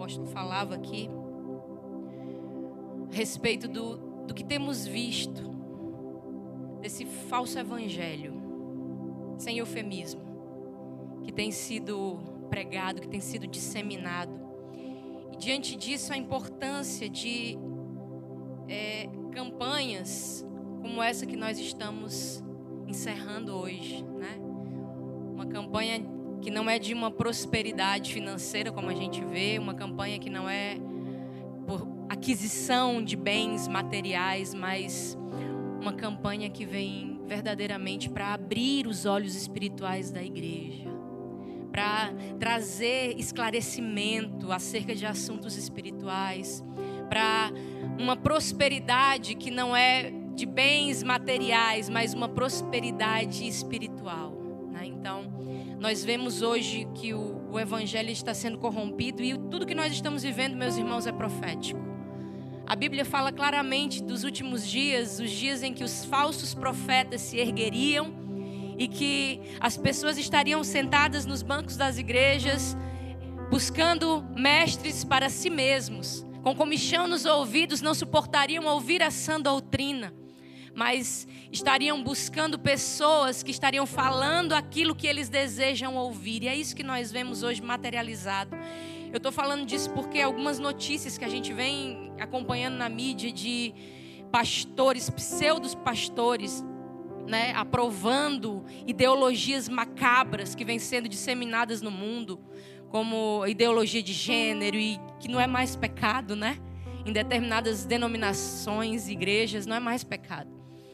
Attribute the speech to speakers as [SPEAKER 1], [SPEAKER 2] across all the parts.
[SPEAKER 1] apóstolo falava aqui, a respeito do que temos visto, desse falso evangelho, sem eufemismo, que tem sido pregado, que tem sido disseminado. E diante disso, a importância de campanhas como essa que nós estamos encerrando hoje, né? Uma campanha que não é de uma prosperidade financeira, como a gente vê, uma campanha que não é por aquisição de bens materiais, mas uma campanha que vem verdadeiramente para abrir os olhos espirituais da igreja, para trazer esclarecimento acerca de assuntos espirituais, para uma prosperidade que não é de bens materiais, mas uma prosperidade espiritual, né? Então, nós vemos hoje que o evangelho está sendo corrompido e tudo que nós estamos vivendo, meus irmãos, é profético. A Bíblia fala claramente dos últimos dias, os dias em que os falsos profetas se ergueriam e que as pessoas estariam sentadas nos bancos das igrejas, buscando mestres para si mesmos, com comichão nos ouvidos, não suportariam ouvir a sã doutrina, mas estariam buscando pessoas que estariam falando aquilo que eles desejam ouvir. E é isso que nós vemos hoje materializado. Eu estou falando disso porque algumas notícias que a gente vem acompanhando na mídia de pastores, pseudos pastores, né, aprovando ideologias macabras que vêm sendo disseminadas no mundo, como ideologia de gênero, e que não é mais pecado, né? Em determinadas denominações, igrejas, não é mais pecado.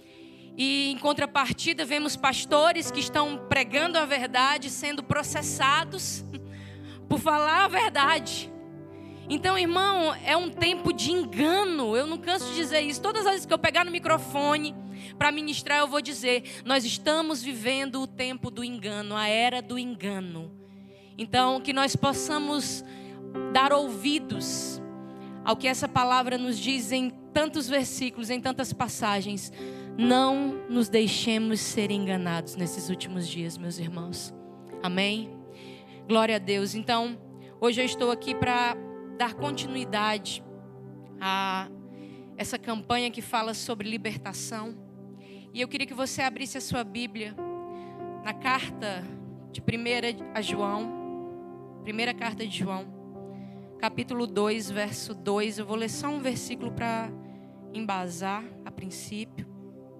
[SPEAKER 1] E em contrapartida, vemos pastores que estão pregando a verdade, sendo processados por falar a verdade. Então, irmão, é um tempo de engano. Eu não canso de dizer isso. Todas as vezes que eu pegar no microfone para ministrar, eu vou dizer: nós estamos vivendo o tempo do engano, a era do engano. Então, que nós possamos dar ouvidos ao que essa palavra nos diz em tantos versículos, em tantas passagens. Não nos deixemos ser enganados nesses últimos dias, meus irmãos. Amém? Glória a Deus. Então, hoje eu estou aqui para dar continuidade a essa campanha que fala sobre libertação. E eu queria que você abrisse a sua Bíblia na carta de 1 João, primeira carta de João, capítulo 2, verso 2. Eu vou ler só um versículo para embasar a princípio.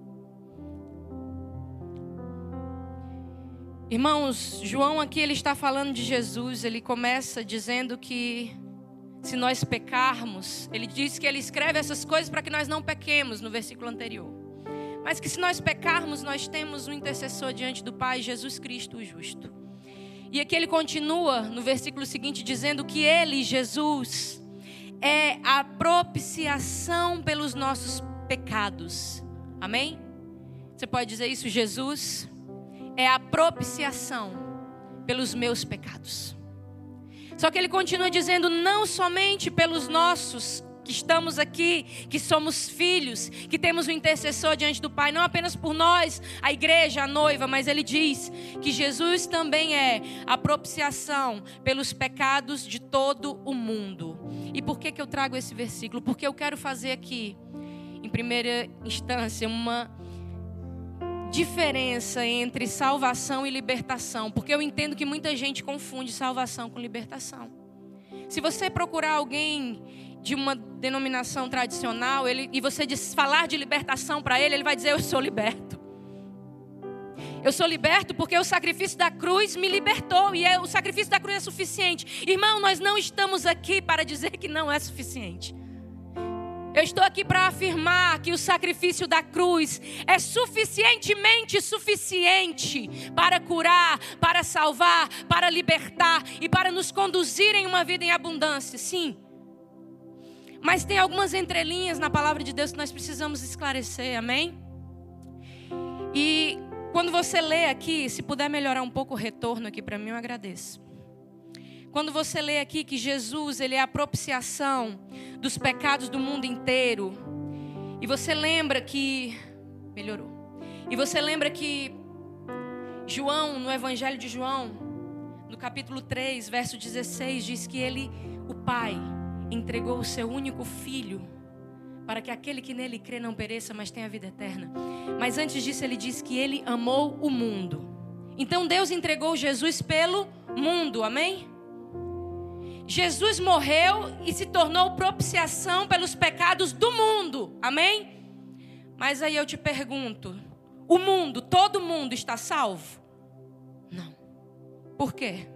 [SPEAKER 1] Irmãos, João aqui ele está falando de Jesus. Ele começa dizendo que se nós pecarmos, ele diz que ele escreve essas coisas para que nós não pequemos, no versículo anterior. Mas que se nós pecarmos, nós temos um intercessor diante do Pai, Jesus Cristo, o justo. E aqui ele continua no versículo seguinte dizendo que ele, Jesus, é a propiciação pelos nossos pecados. Amém? Você pode dizer isso? Jesus é a propiciação pelos meus pecados. Só que ele continua dizendo, não somente pelos nossos, que estamos aqui, que somos filhos, que temos um intercessor diante do Pai, não apenas por nós, a igreja, a noiva, mas ele diz que Jesus também é a propiciação pelos pecados de todo o mundo. E por que eu trago esse versículo? Porque eu quero fazer aqui, em primeira instância, uma diferença entre salvação e libertação, porque eu entendo que muita gente confunde salvação com libertação. Se você procurar alguém de uma denominação tradicional e você falar de libertação para ele, ele vai dizer: eu sou liberto. Eu sou liberto porque o sacrifício da cruz me libertou e o sacrifício da cruz é suficiente. Irmão, nós não estamos aqui para dizer que não é suficiente. Eu estou aqui para afirmar que o sacrifício da cruz é suficientemente suficiente para curar, para salvar, para libertar e para nos conduzir em uma vida em abundância. Sim. Mas tem algumas entrelinhas na palavra de Deus que nós precisamos esclarecer, amém? E quando você lê aqui, se puder melhorar um pouco o retorno aqui para mim, eu agradeço. Quando você lê aqui que Jesus, ele é a propiciação dos pecados do mundo inteiro. E você lembra que... Melhorou. E você lembra que João, no Evangelho de João, no capítulo 3, verso 16, diz que ele o Pai entregou o seu único Filho para que aquele que nele crê não pereça, mas tenha a vida eterna. Mas antes disso ele diz que ele amou o mundo. Então Deus entregou Jesus pelo mundo, amém? Jesus morreu e se tornou propiciação pelos pecados do mundo, amém? Mas aí eu te pergunto, o mundo, todo mundo está salvo? Não. Por quê?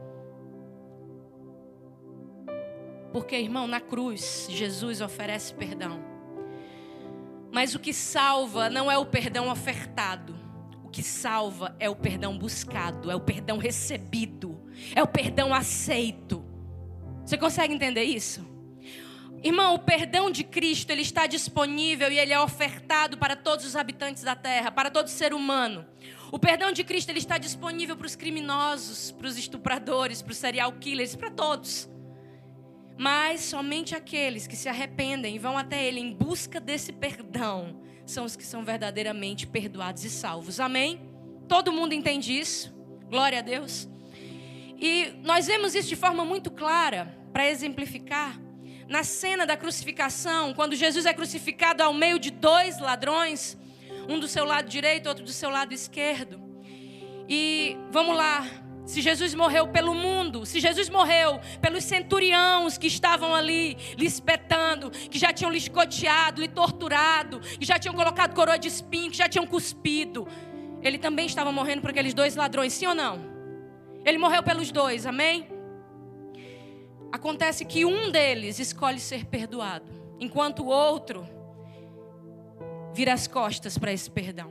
[SPEAKER 1] Porque, irmão, na cruz, Jesus oferece perdão. Mas o que salva não é o perdão ofertado. O que salva é o perdão buscado, é o perdão recebido, é o perdão aceito. Você consegue entender isso? Irmão, o perdão de Cristo, ele está disponível e ele é ofertado para todos os habitantes da terra, para todo ser humano. O perdão de Cristo, ele está disponível para os criminosos, para os estupradores, para os serial killers, para todos. Mas somente aqueles que se arrependem e vão até Ele em busca desse perdão são os que são verdadeiramente perdoados e salvos. Amém? Todo mundo entende isso? Glória a Deus. E nós vemos isso de forma muito clara, para exemplificar, na cena da crucificação, quando Jesus é crucificado ao meio de dois ladrões, um do seu lado direito, outro do seu lado esquerdo. E vamos lá. Se Jesus morreu pelo mundo, se Jesus morreu pelos centuriões que estavam ali lhe espetando, que já tinham lhe escoteado, lhe torturado, que já tinham colocado coroa de espinho, que já tinham cuspido, ele também estava morrendo por aqueles dois ladrões, sim ou não? Ele morreu pelos dois, amém? Acontece que um deles escolhe ser perdoado, enquanto o outro vira as costas para esse perdão.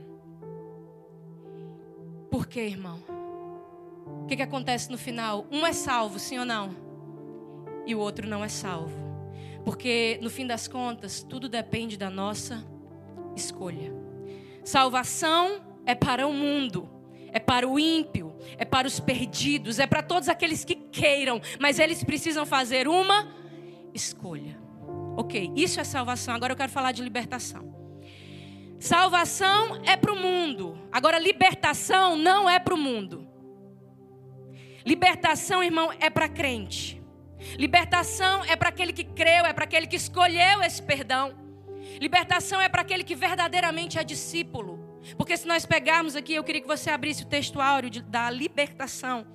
[SPEAKER 1] Por quê, irmão? O que acontece no final? Um é salvo, sim ou não? E o outro não é salvo. Porque no fim das contas, tudo depende da nossa escolha. Salvação é para o mundo, é para o ímpio, é para os perdidos, é para todos aqueles que queiram, mas eles precisam fazer uma escolha. Ok, isso é salvação. Agora eu quero falar de libertação. Salvação é para o mundo. Agora libertação não é para o mundo. Libertação, irmão, é para crente. Libertação é para aquele que creu, é para aquele que escolheu esse perdão. Libertação é para aquele que verdadeiramente é discípulo. Porque se nós pegarmos aqui, eu queria que você abrisse o texto áureo da libertação,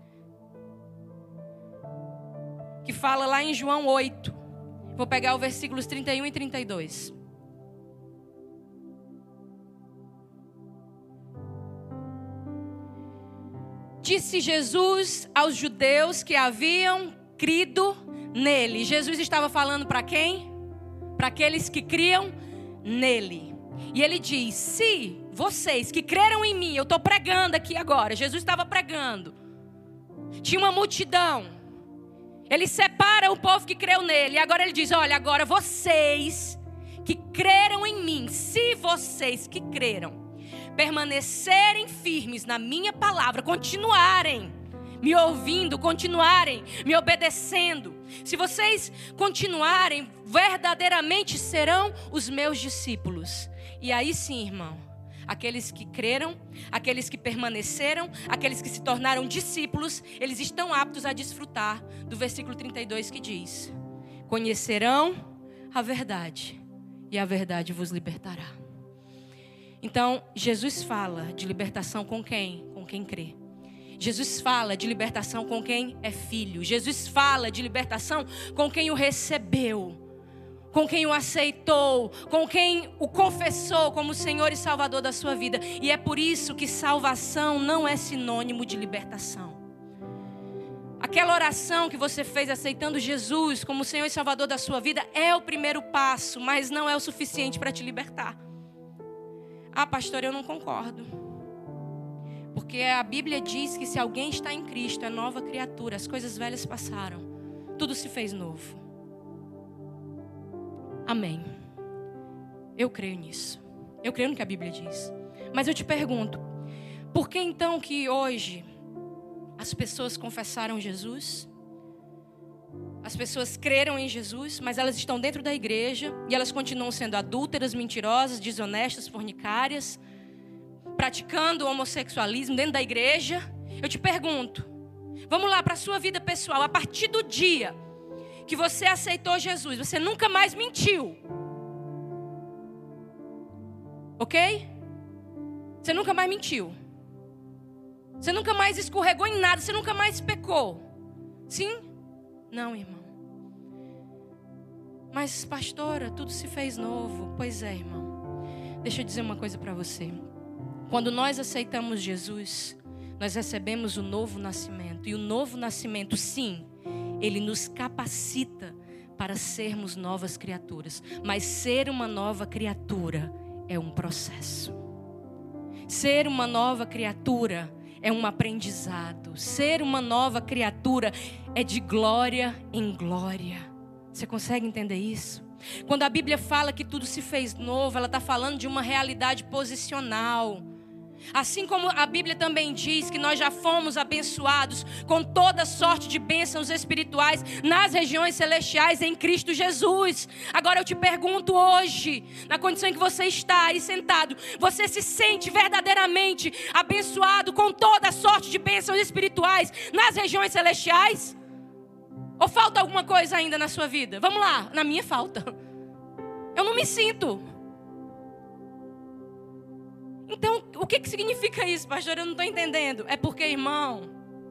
[SPEAKER 1] que fala lá em João 8. Vou pegar os versículos 31 e 32. Disse Jesus aos judeus que haviam crido nele. Jesus estava falando para quem? Para aqueles que criam nele. E ele diz: se vocês que creram em mim, eu estou pregando aqui agora. Jesus estava pregando. Tinha uma multidão. Ele separa o povo que creu nele. E agora ele diz: olha, agora vocês que creram em mim, se vocês que creram permanecerem firmes na minha palavra, continuarem me ouvindo, continuarem me obedecendo, se vocês continuarem, verdadeiramente serão os meus discípulos. E aí sim, irmão, aqueles que creram, aqueles que permaneceram, aqueles que se tornaram discípulos, eles estão aptos a desfrutar do versículo 32 que diz: conhecerão a verdade e a verdade vos libertará. Então, Jesus fala de libertação com quem? Com quem crê. Jesus fala de libertação com quem é filho. Jesus fala de libertação com quem o recebeu, com quem o aceitou, com quem o confessou como Senhor e Salvador da sua vida. E é por isso que salvação não é sinônimo de libertação. Aquela oração que você fez aceitando Jesus como Senhor e Salvador da sua vida é o primeiro passo, mas não é o suficiente para te libertar. Ah, pastor, eu não concordo. Porque a Bíblia diz que se alguém está em Cristo, é nova criatura. As coisas velhas passaram. Tudo se fez novo. Amém. Eu creio nisso. Eu creio no que a Bíblia diz. Mas eu te pergunto, por que então que hoje as pessoas confessaram Jesus? As pessoas creram em Jesus, mas elas estão dentro da igreja e elas continuam sendo adúlteras, mentirosas, desonestas, fornicárias, praticando homossexualismo dentro da igreja. Eu te pergunto, vamos lá para a sua vida pessoal, a partir do dia que você aceitou Jesus, você nunca mais mentiu. Ok? Você nunca mais mentiu. Você nunca mais escorregou em nada, você nunca mais pecou. Sim? Não, irmão. Mas, pastora, tudo se fez novo. Pois é, irmão. Deixa eu dizer uma coisa para você. Quando nós aceitamos Jesus, nós recebemos o novo nascimento. E o novo nascimento, sim, ele nos capacita para sermos novas criaturas. Mas ser uma nova criatura é um processo. Ser uma nova criatura é um aprendizado. Ser uma nova criatura é de glória em glória. Você consegue entender isso? Quando a Bíblia fala que tudo se fez novo, ela está falando de uma realidade posicional. Assim como a Bíblia também diz que nós já fomos abençoados com toda sorte de bênçãos espirituais nas regiões celestiais em Cristo Jesus. Agora eu te pergunto hoje, na condição em que você está aí sentado, você se sente verdadeiramente abençoado com toda sorte de bênçãos espirituais nas regiões celestiais? Ou falta alguma coisa ainda na sua vida? Vamos lá, na minha falta. Eu não me sinto. Então, o que significa isso, pastor? Eu não estou entendendo. É porque, irmão,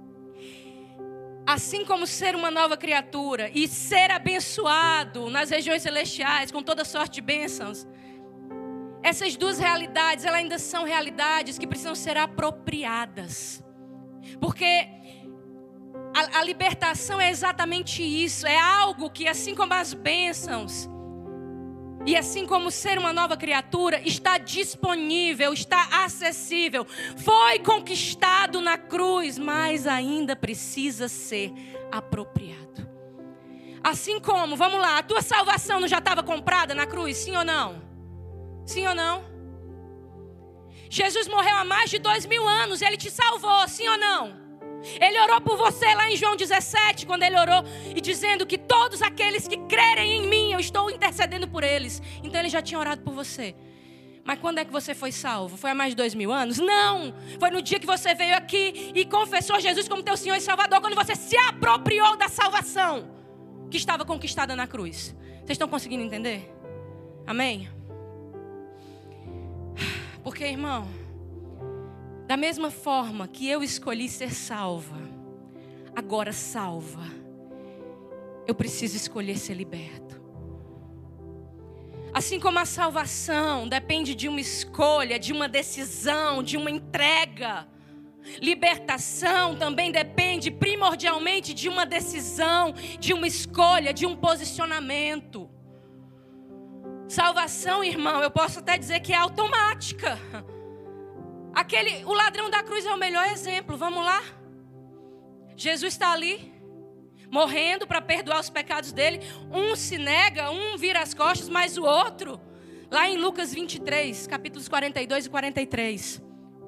[SPEAKER 1] assim como ser uma nova criatura e ser abençoado nas regiões celestiais com toda sorte de bênçãos, essas duas realidades, elas ainda são realidades que precisam ser apropriadas. Porque a libertação é exatamente isso. É algo que, assim como as bênçãos e assim como ser uma nova criatura, está disponível, está acessível, foi conquistado na cruz, mas ainda precisa ser apropriado. Assim como, vamos lá, a tua salvação não já estava comprada na cruz? Sim ou não? Sim ou não? Jesus morreu há mais de 2000 anos, Ele te salvou, sim ou não? Ele orou por você lá em João 17, quando Ele orou e dizendo que todos aqueles que crerem em mim, eu estou intercedendo por eles. Então Ele já tinha orado por você. Mas quando é que você foi salvo? Foi há mais de 2000 anos? Não! Foi no dia que você veio aqui e confessou Jesus como teu Senhor e Salvador, quando você se apropriou da salvação que estava conquistada na cruz. Vocês estão conseguindo entender? Amém? Porque, irmão, da mesma forma que eu escolhi ser salva, agora salva, eu preciso escolher ser liberto. Assim como a salvação depende de uma escolha, de uma decisão, de uma entrega, libertação também depende primordialmente de uma decisão, de uma escolha, de um posicionamento. Salvação, irmão, eu posso até dizer que é automática. O ladrão da cruz é o melhor exemplo, vamos lá? Jesus está ali, morrendo para perdoar os pecados dele. Um se nega, um vira as costas, mas o outro, lá em Lucas 23, capítulos 42 e 43.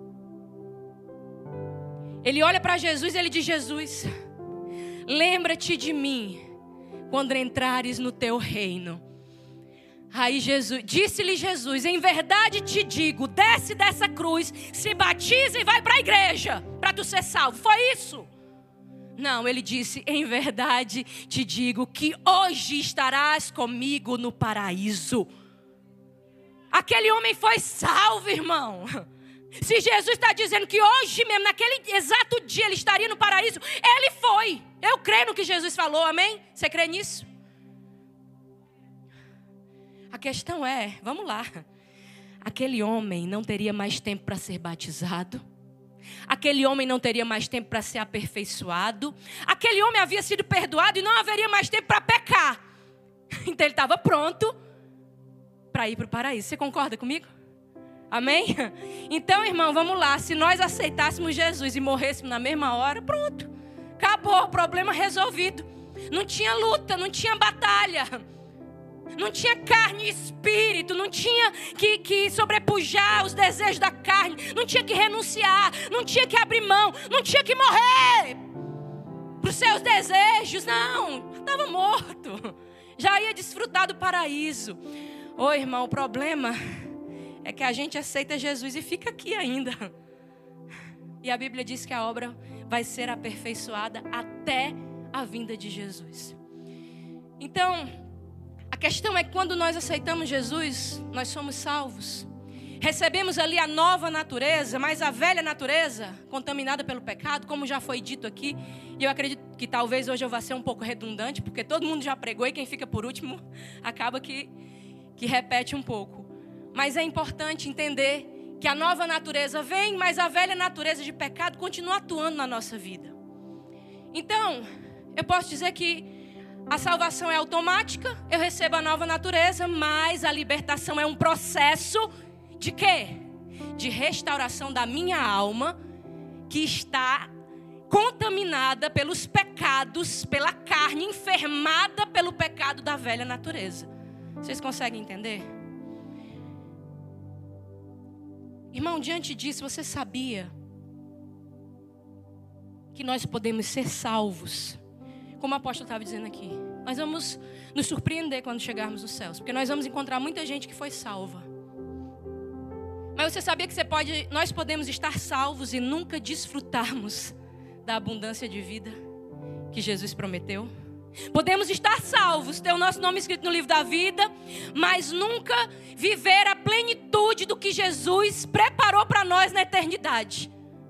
[SPEAKER 1] Ele olha para Jesus e ele diz: Jesus, lembra-te de mim quando entrares no teu reino. Aí disse-lhe Jesus: em verdade te digo, desce dessa cruz, se batiza e vai para a igreja, para tu ser salvo. Foi isso? Não, ele disse: em verdade te digo que hoje estarás comigo no paraíso. Aquele homem foi salvo, irmão. Se Jesus está dizendo que hoje mesmo, naquele exato dia, ele estaria no paraíso, ele foi. Eu creio no que Jesus falou, amém? Você crê nisso? A questão é, vamos lá, aquele homem não teria mais tempo para ser batizado, aquele homem não teria mais tempo para ser aperfeiçoado, aquele homem havia sido perdoado e não haveria mais tempo para pecar. Então ele estava pronto para ir para o paraíso. Você concorda comigo? Amém? Então, irmão, vamos lá, se nós aceitássemos Jesus e morrêssemos na mesma hora, pronto, acabou, problema resolvido. Não tinha luta, não tinha batalha. Não tinha carne e espírito, não tinha que sobrepujar os desejos da carne, não tinha que renunciar, não tinha que abrir mão, não tinha que morrer para os seus desejos, não, estava morto, já ia desfrutar do paraíso. Ô irmão, o problema é que a gente aceita Jesus e fica aqui ainda. E a Bíblia diz que a obra vai ser aperfeiçoada até a vinda de Jesus. Então, a questão é que quando nós aceitamos Jesus, nós somos salvos. Recebemos ali a nova natureza, mas a velha natureza, contaminada pelo pecado, como já foi dito aqui, e eu acredito que talvez hoje eu vá ser um pouco redundante, porque todo mundo já pregou e quem fica por último acaba que repete um pouco. Mas é importante entender que a nova natureza vem, mas a velha natureza de pecado continua atuando na nossa vida. Então, eu posso dizer que a salvação é automática, eu recebo a nova natureza, mas a libertação é um processo de quê? De restauração da minha alma, que está contaminada pelos pecados, pela carne, enfermada pelo pecado da velha natureza. Vocês conseguem entender? Irmão, diante disso, você sabia que nós podemos ser salvos? Como o apóstolo estava dizendo aqui, nós vamos nos surpreender quando chegarmos nos céus, porque nós vamos encontrar muita gente que foi salva. Mas você sabia que nós podemos estar salvos e nunca desfrutarmos da abundância de vida que Jesus prometeu? Podemos estar salvos, ter o nosso nome escrito no livro da vida, mas nunca viver a plenitude do que Jesus preparou para nós na eternidade.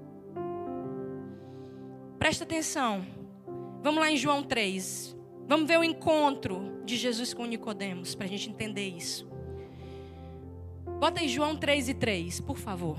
[SPEAKER 1] Presta atenção. Vamos lá em João 3. Vamos ver o encontro de Jesus com Nicodemos, para a gente entender isso. Bota aí João 3:3, por favor.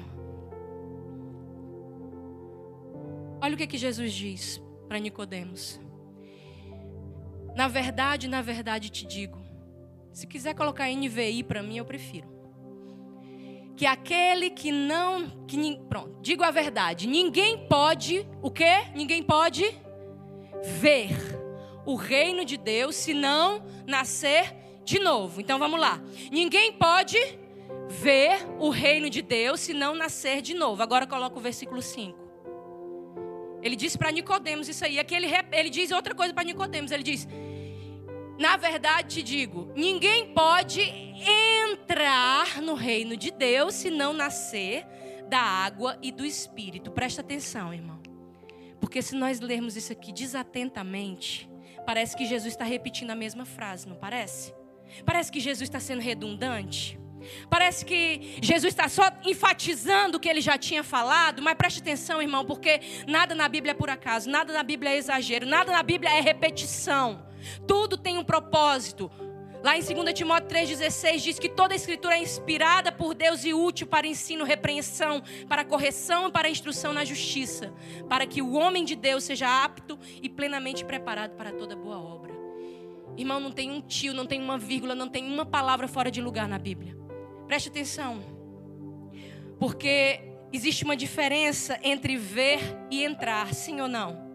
[SPEAKER 1] Olha o que Jesus diz para Nicodemos. Na verdade te digo. Se quiser colocar NVI para mim, eu prefiro. Que aquele que não... pronto, digo a verdade. Ninguém pode... O quê? Ninguém pode ver o reino de Deus se não nascer de novo. Então vamos lá. Ninguém pode ver o reino de Deus se não nascer de novo. Agora coloca o versículo 5. Ele disse para Nicodemos isso aí. Aqui ele diz outra coisa para Nicodemos. Ele diz: na verdade te digo, ninguém pode entrar no reino de Deus se não nascer da água e do Espírito. Presta atenção, irmão. Porque se nós lermos isso aqui desatentamente, parece que Jesus está repetindo a mesma frase, não parece? Parece que Jesus está sendo redundante. Parece que Jesus está só enfatizando o que ele já tinha falado. Mas preste atenção, irmão, porque nada na Bíblia é por acaso, nada na Bíblia é exagero, nada na Bíblia é repetição. Tudo tem um propósito. Lá em 2 Timóteo 3,16 diz que toda a escritura é inspirada por Deus e útil para ensino, repreensão, para correção e para instrução na justiça, para que o homem de Deus seja apto e plenamente preparado para toda boa obra. Irmão, não tem um tio, não tem uma vírgula, não tem uma palavra fora de lugar na Bíblia. Preste atenção, porque existe uma diferença entre ver e entrar, sim ou não?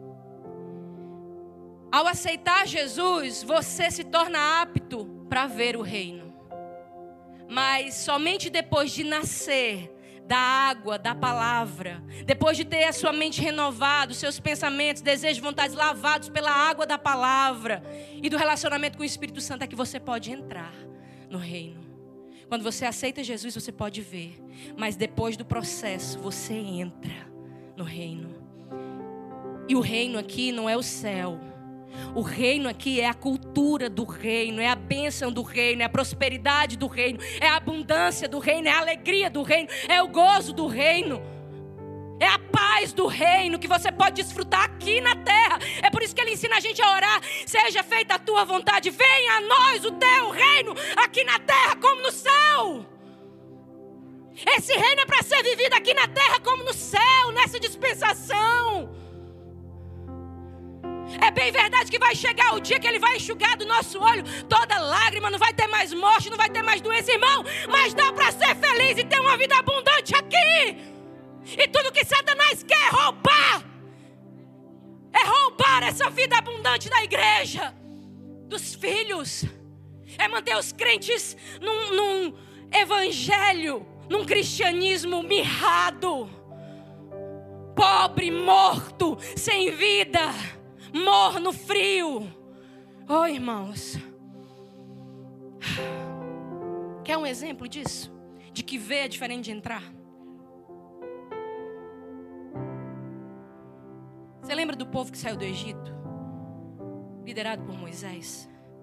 [SPEAKER 1] Ao aceitar Jesus, você se torna apto para ver o reino. Mas somente depois de nascer da água, da palavra, depois de ter a sua mente renovada, os seus pensamentos, desejos, vontades lavados pela água da palavra e do relacionamento com o Espírito Santo, é que você pode entrar no reino. Quando você aceita Jesus, você pode ver. Mas depois do processo, você entra no reino. E o reino aqui não é o céu. O reino aqui é a cultura do reino, é a bênção do reino, é a prosperidade do reino, é a abundância do reino, é a alegria do reino, é o gozo do reino, é a paz do reino que você pode desfrutar aqui na terra. É por isso que ele ensina a gente a orar: seja feita a tua vontade, venha a nós o teu reino, aqui na terra como no céu. Esse reino é para ser vivido aqui na terra como no céu, nessa dispensação. É bem verdade que vai chegar o dia que ele vai enxugar do nosso olho toda lágrima, não vai ter mais morte, não vai ter mais doença, irmão. Mas dá para ser feliz e ter uma vida abundante aqui. E tudo que Satanás quer é roubar essa vida abundante da igreja, dos filhos. É manter os crentes num evangelho, num cristianismo mirrado, pobre, morto, sem vida, morno, frio. Oh, irmãos, quer um exemplo disso? De que ver é diferente de entrar? Você lembra do povo que saiu do Egito? Liderado por Moisés.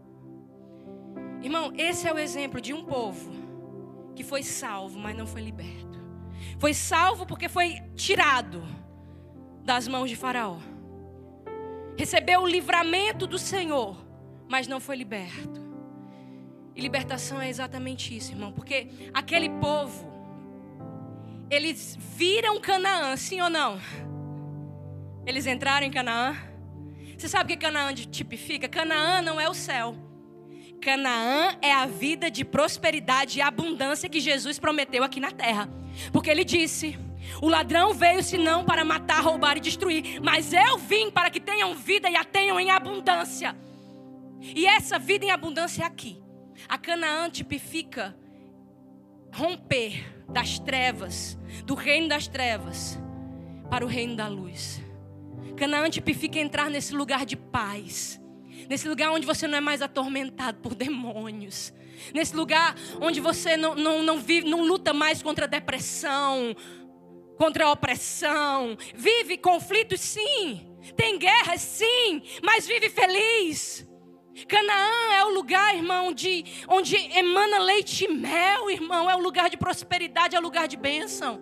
[SPEAKER 1] Irmão, esse é o exemplo de um povo que foi salvo, mas não foi liberto. Foi salvo porque foi tirado das mãos de Faraó. Recebeu o livramento do Senhor, mas não foi liberto. E libertação é exatamente isso, irmão. Porque aquele povo, eles viram Canaã, sim ou não? Eles entraram em Canaã. Você sabe o que Canaã tipifica? Canaã não é o céu. Canaã é a vida de prosperidade e abundância que Jesus prometeu aqui na terra. Porque ele disse: o ladrão veio senão para matar, roubar e destruir, mas eu vim para que tenham vida e a tenham em abundância. E essa vida em abundância é aqui. A Canaã tipifica romper das trevas, do reino das trevas para o reino da luz. Canaã tipifica entrar nesse lugar de paz, nesse lugar onde você não é mais atormentado por demônios, nesse lugar onde você não vive, não luta mais contra a depressão, contra a opressão. Vive conflitos, sim, tem guerras, sim, mas vive feliz. Canaã é o lugar, irmão, onde emana leite e mel, irmão. É o lugar de prosperidade, é o lugar de bênção.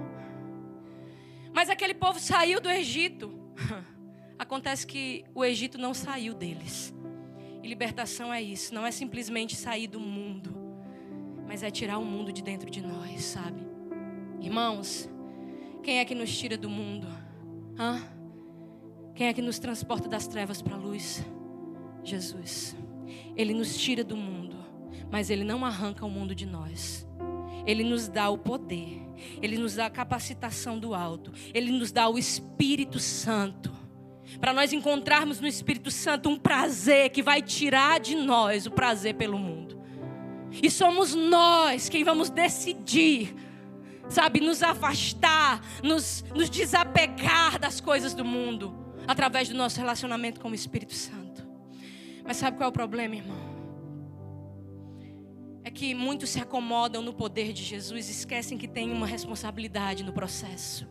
[SPEAKER 1] Mas aquele povo saiu do Egito. Acontece que o Egito não saiu deles. E libertação é isso. Não é simplesmente sair do mundo, mas é tirar o mundo de dentro de nós, sabe? Irmãos, quem é que nos tira do mundo? Quem é que nos transporta das trevas para a luz? Jesus. Ele nos tira do mundo, mas Ele não arranca o mundo de nós. Ele nos dá o poder, Ele nos dá a capacitação do alto, Ele nos dá o Espírito Santo, para nós encontrarmos no Espírito Santo um prazer que vai tirar de nós o prazer pelo mundo. E somos nós quem vamos decidir, sabe, nos afastar, nos desapegar das coisas do mundo, através do nosso relacionamento com o Espírito Santo. Mas sabe qual é o problema, irmão? É que muitos se acomodam no poder de Jesus e esquecem que tem uma responsabilidade no processo.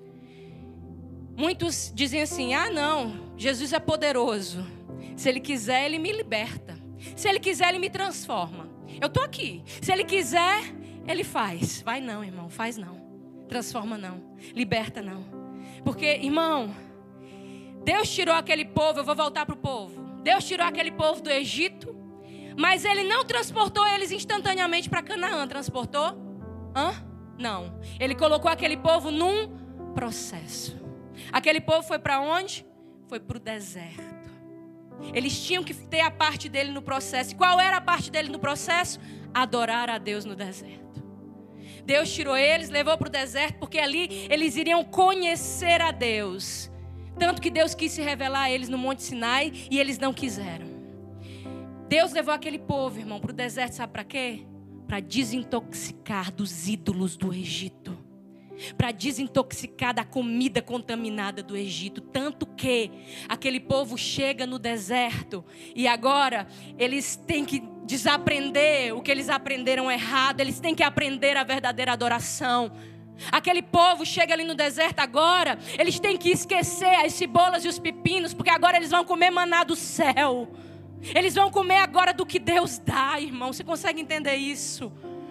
[SPEAKER 1] Muitos dizem assim: não, Jesus é poderoso. Se Ele quiser, Ele me liberta. Se Ele quiser, Ele me transforma. Eu estou aqui. Se Ele quiser, Ele faz. Vai não, irmão, faz não. Transforma não. Liberta não. Porque, irmão, Deus tirou aquele povo, eu vou voltar para o povo. Deus tirou aquele povo do Egito, mas Ele não transportou eles instantaneamente para Canaã. Transportou? Não. Ele colocou aquele povo num processo. Aquele povo foi para onde? Foi para o deserto. Eles tinham que ter a parte dele no processo. E qual era a parte dele no processo? Adorar a Deus no deserto. Deus tirou eles, levou para o deserto, porque ali eles iriam conhecer a Deus. Tanto que Deus quis se revelar a eles no Monte Sinai e eles não quiseram. Deus levou aquele povo, irmão, para o deserto, sabe para quê? Para desintoxicar dos ídolos do Egito. Para desintoxicar da comida contaminada do Egito. Tanto que aquele povo chega no deserto e agora eles têm que desaprender o que eles aprenderam errado. Eles têm que aprender a verdadeira adoração. Aquele povo chega ali no deserto agora, eles têm que esquecer as cebolas e os pepinos, porque agora eles vão comer maná do céu. Eles vão comer agora do que Deus dá, irmão. Você consegue entender isso?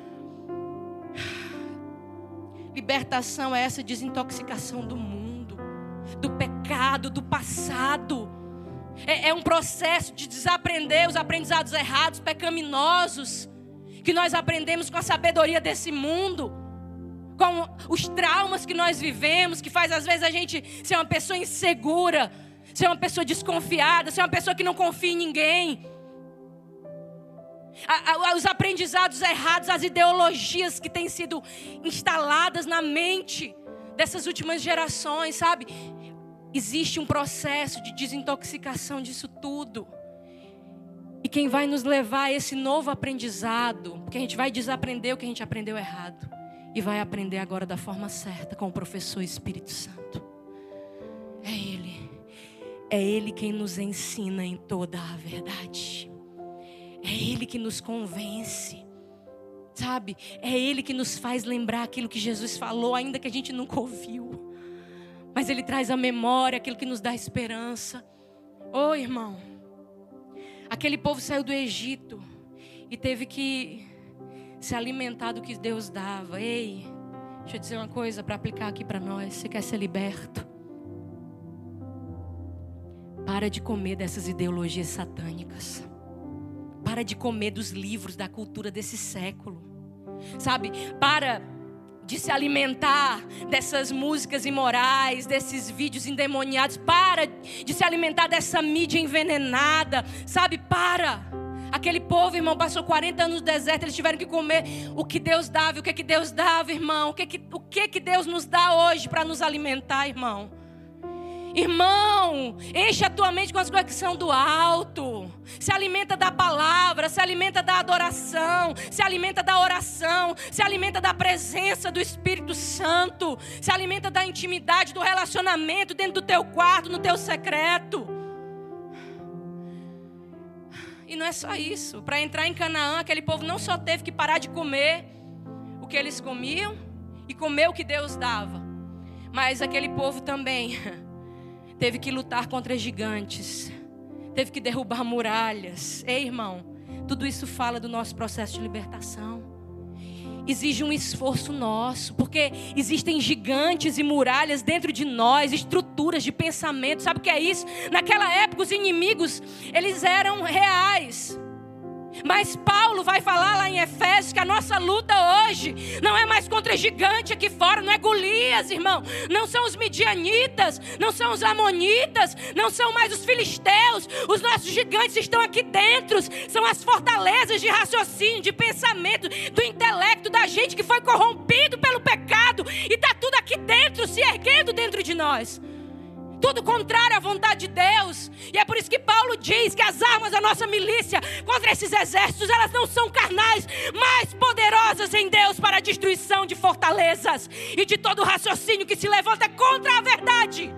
[SPEAKER 1] Libertação é essa desintoxicação do mundo, do pecado, do passado. É um processo de desaprender os aprendizados errados, pecaminosos, que nós aprendemos com a sabedoria desse mundo, com os traumas que nós vivemos, que faz às vezes a gente ser uma pessoa insegura, ser uma pessoa desconfiada, ser uma pessoa que não confia em ninguém. Os aprendizados errados, as ideologias que têm sido instaladas na mente dessas últimas gerações, sabe? Existe um processo de desintoxicação disso tudo. E quem vai nos levar a esse novo aprendizado, porque a gente vai desaprender o que a gente aprendeu errado e vai aprender agora da forma certa com o professor Espírito Santo. É Ele. É Ele quem nos ensina em toda a verdade. É Ele que nos convence, sabe? É Ele que nos faz lembrar aquilo que Jesus falou, ainda que a gente nunca ouviu. Mas Ele traz à memória aquilo que nos dá esperança. Ô irmão, aquele povo saiu do Egito e teve que se alimentar do que Deus dava. Ei, deixa eu dizer uma coisa para aplicar aqui para nós. Você quer ser liberto? Para de comer dessas ideologias satânicas. Para de comer dos livros da cultura desse século. Sabe? Para de se alimentar dessas músicas imorais, desses vídeos endemoniados. Para de se alimentar dessa mídia envenenada. Sabe? Para. Aquele povo, irmão, passou 40 anos no deserto. Eles tiveram que comer o que Deus dava. E o que Deus dava, irmão? O que Deus nos dá hoje para nos alimentar, irmão? Irmão, enche a tua mente com as coisas que são do alto. Se alimenta da palavra, se alimenta da adoração, se alimenta da oração, se alimenta da presença do Espírito Santo, se alimenta da intimidade, do relacionamento dentro do teu quarto, no teu secreto. E não é só isso. Para entrar em Canaã, aquele povo não só teve que parar de comer o que eles comiam e comer o que Deus dava, mas aquele povo também teve que lutar contra gigantes, teve que derrubar muralhas. Ei, irmão, tudo isso fala do nosso processo de libertação. Exige um esforço nosso, porque existem gigantes e muralhas dentro de nós, estruturas de pensamento. Sabe o que é isso? Naquela época os inimigos, eles eram reais. Mas Paulo vai falar lá em Efésios que a nossa luta hoje não é mais contra gigante aqui fora, não é Golias, irmão. Não são os midianitas, não são os amonitas, não são mais os filisteus. Os nossos gigantes estão aqui dentro. São as fortalezas de raciocínio, de pensamento, do intelecto da gente que foi corrompido pelo pecado. E está tudo aqui dentro, se erguendo dentro de nós. Tudo contrário à vontade de Deus. E é por isso que Paulo diz que as armas da nossa milícia contra esses exércitos, elas não são carnais, mas poderosas em Deus para a destruição de fortalezas e de todo raciocínio que se levanta contra a verdade.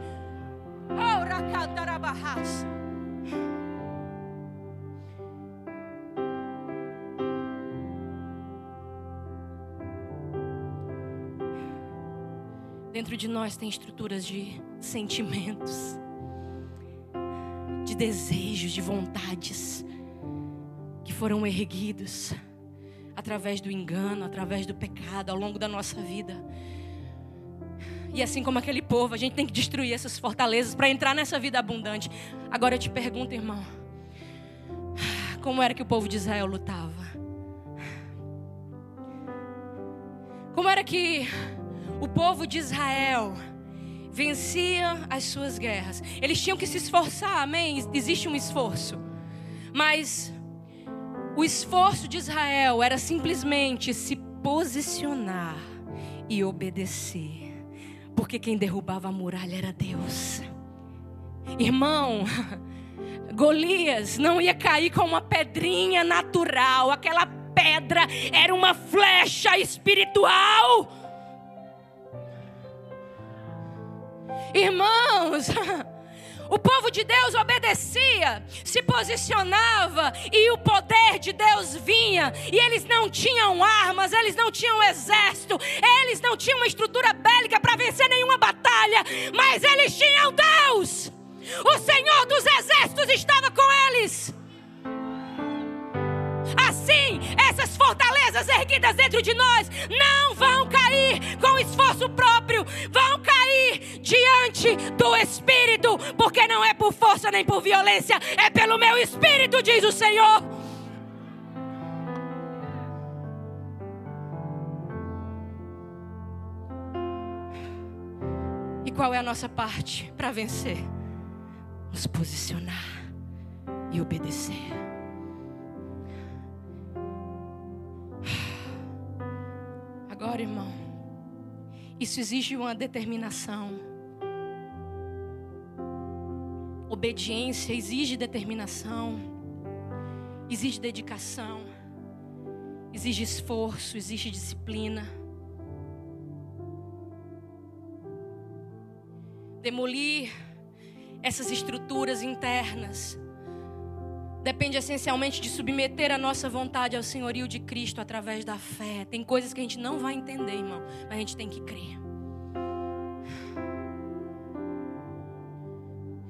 [SPEAKER 1] Dentro de nós tem estruturas de sentimentos, de desejos, de vontades que foram erguidos através do engano, através do pecado ao longo da nossa vida. E assim como aquele povo, a gente tem que destruir essas fortalezas para entrar nessa vida abundante. Agora eu te pergunto, irmão, como era que o povo de Israel lutava? Como era que o povo de Israel vencia as suas guerras? Eles tinham que se esforçar, amém? Existe um esforço. Mas o esforço de Israel era simplesmente se posicionar e obedecer. Porque quem derrubava a muralha era Deus. Irmão, Golias não ia cair com uma pedrinha natural. Aquela pedra era uma flecha espiritual. Irmãos, o povo de Deus obedecia, se posicionava e o poder de Deus vinha. E eles não tinham armas, eles não tinham exército, eles não tinham uma estrutura bélica para vencer nenhuma batalha, mas eles tinham Deus. O Senhor dos exércitos estava com eles. Assim, essas fortalezas erguidas dentro de nós não vão cair com esforço próprio, vão cair diante do Espírito, porque não é por força nem por violência, é pelo meu Espírito, diz o Senhor. E qual é a nossa parte para vencer? Nos posicionar e obedecer. Agora, irmão, isso exige uma determinação. Obediência exige determinação, exige dedicação, exige esforço, exige disciplina. Demolir essas estruturas internas depende essencialmente de submeter a nossa vontade ao senhorio de Cristo através da fé. Tem coisas que a gente não vai entender, irmão, mas a gente tem que crer.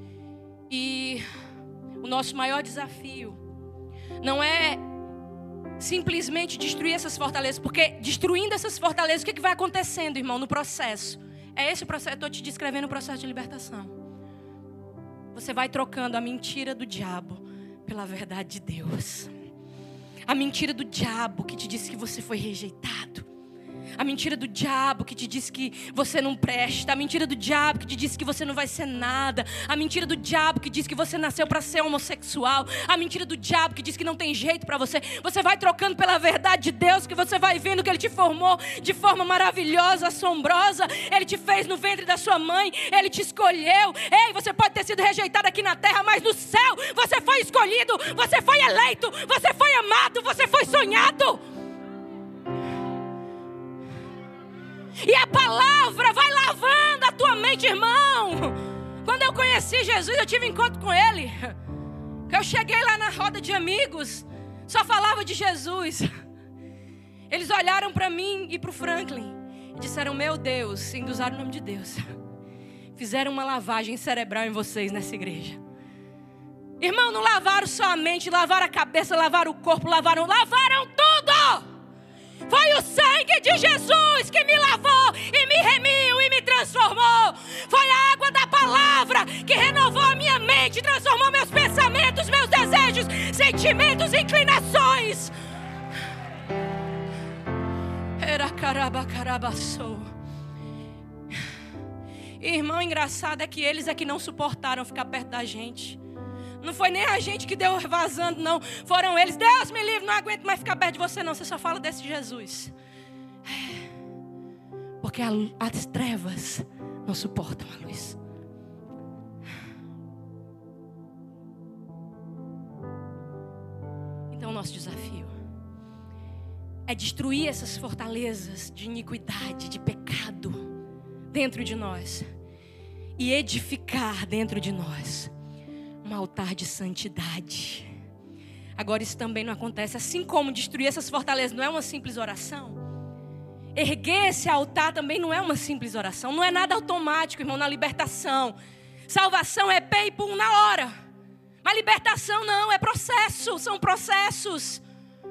[SPEAKER 1] E o nosso maior desafio não é simplesmente destruir essas fortalezas. Porque destruindo essas fortalezas, o que vai acontecendo, irmão, no processo? É esse o processo, eu estou te descrevendo o processo de libertação. Você vai trocando a mentira do diabo pela verdade de Deus. A mentira do diabo que te disse que você foi rejeitado. A mentira do diabo que te diz que você não presta. A mentira do diabo que te diz que você não vai ser nada. A mentira do diabo que diz que você nasceu para ser homossexual. A mentira do diabo que diz que não tem jeito para você. Você vai trocando pela verdade de Deus, que você vai vendo que Ele te formou de forma maravilhosa, assombrosa. Ele te fez no ventre da sua mãe. Ele te escolheu. Ei, você pode ter sido rejeitado aqui na terra, mas no céu você foi escolhido. Você foi eleito. Você foi amado. Você foi sonhado. E a palavra vai lavando a tua mente, irmão. Quando eu conheci Jesus, eu tive encontro com Ele. Eu cheguei lá na roda de amigos, só falava de Jesus. Eles olharam para mim e para o Franklin e disseram: meu Deus, ainda usaram o nome de Deus. Fizeram uma lavagem cerebral em vocês nessa igreja. Irmão, não lavaram só a mente, lavaram a cabeça, lavaram o corpo, lavaram tudo. Foi o sangue de Jesus que me lavou e me remiu e me transformou. Foi a água da palavra que renovou a minha mente, transformou meus pensamentos, meus desejos, sentimentos e inclinações. Era carabacarabaçou. Irmão, engraçado é que eles é que não suportaram ficar perto da gente. Não foi nem a gente que deu vazando, não. Foram eles. Deus me livre, não aguento mais ficar perto de você, não. Você só fala desse Jesus. Porque as trevas não suportam a luz. Então, o nosso desafio é destruir essas fortalezas de iniquidade, de pecado dentro de nós. E edificar dentro de nós um altar de santidade. Agora isso também não acontece. Assim como destruir essas fortalezas não é uma simples oração, erguer esse altar também não é uma simples oração. Não é nada automático, irmão, na libertação. Salvação é pé e pum na hora. Mas libertação não, é processo, são processos.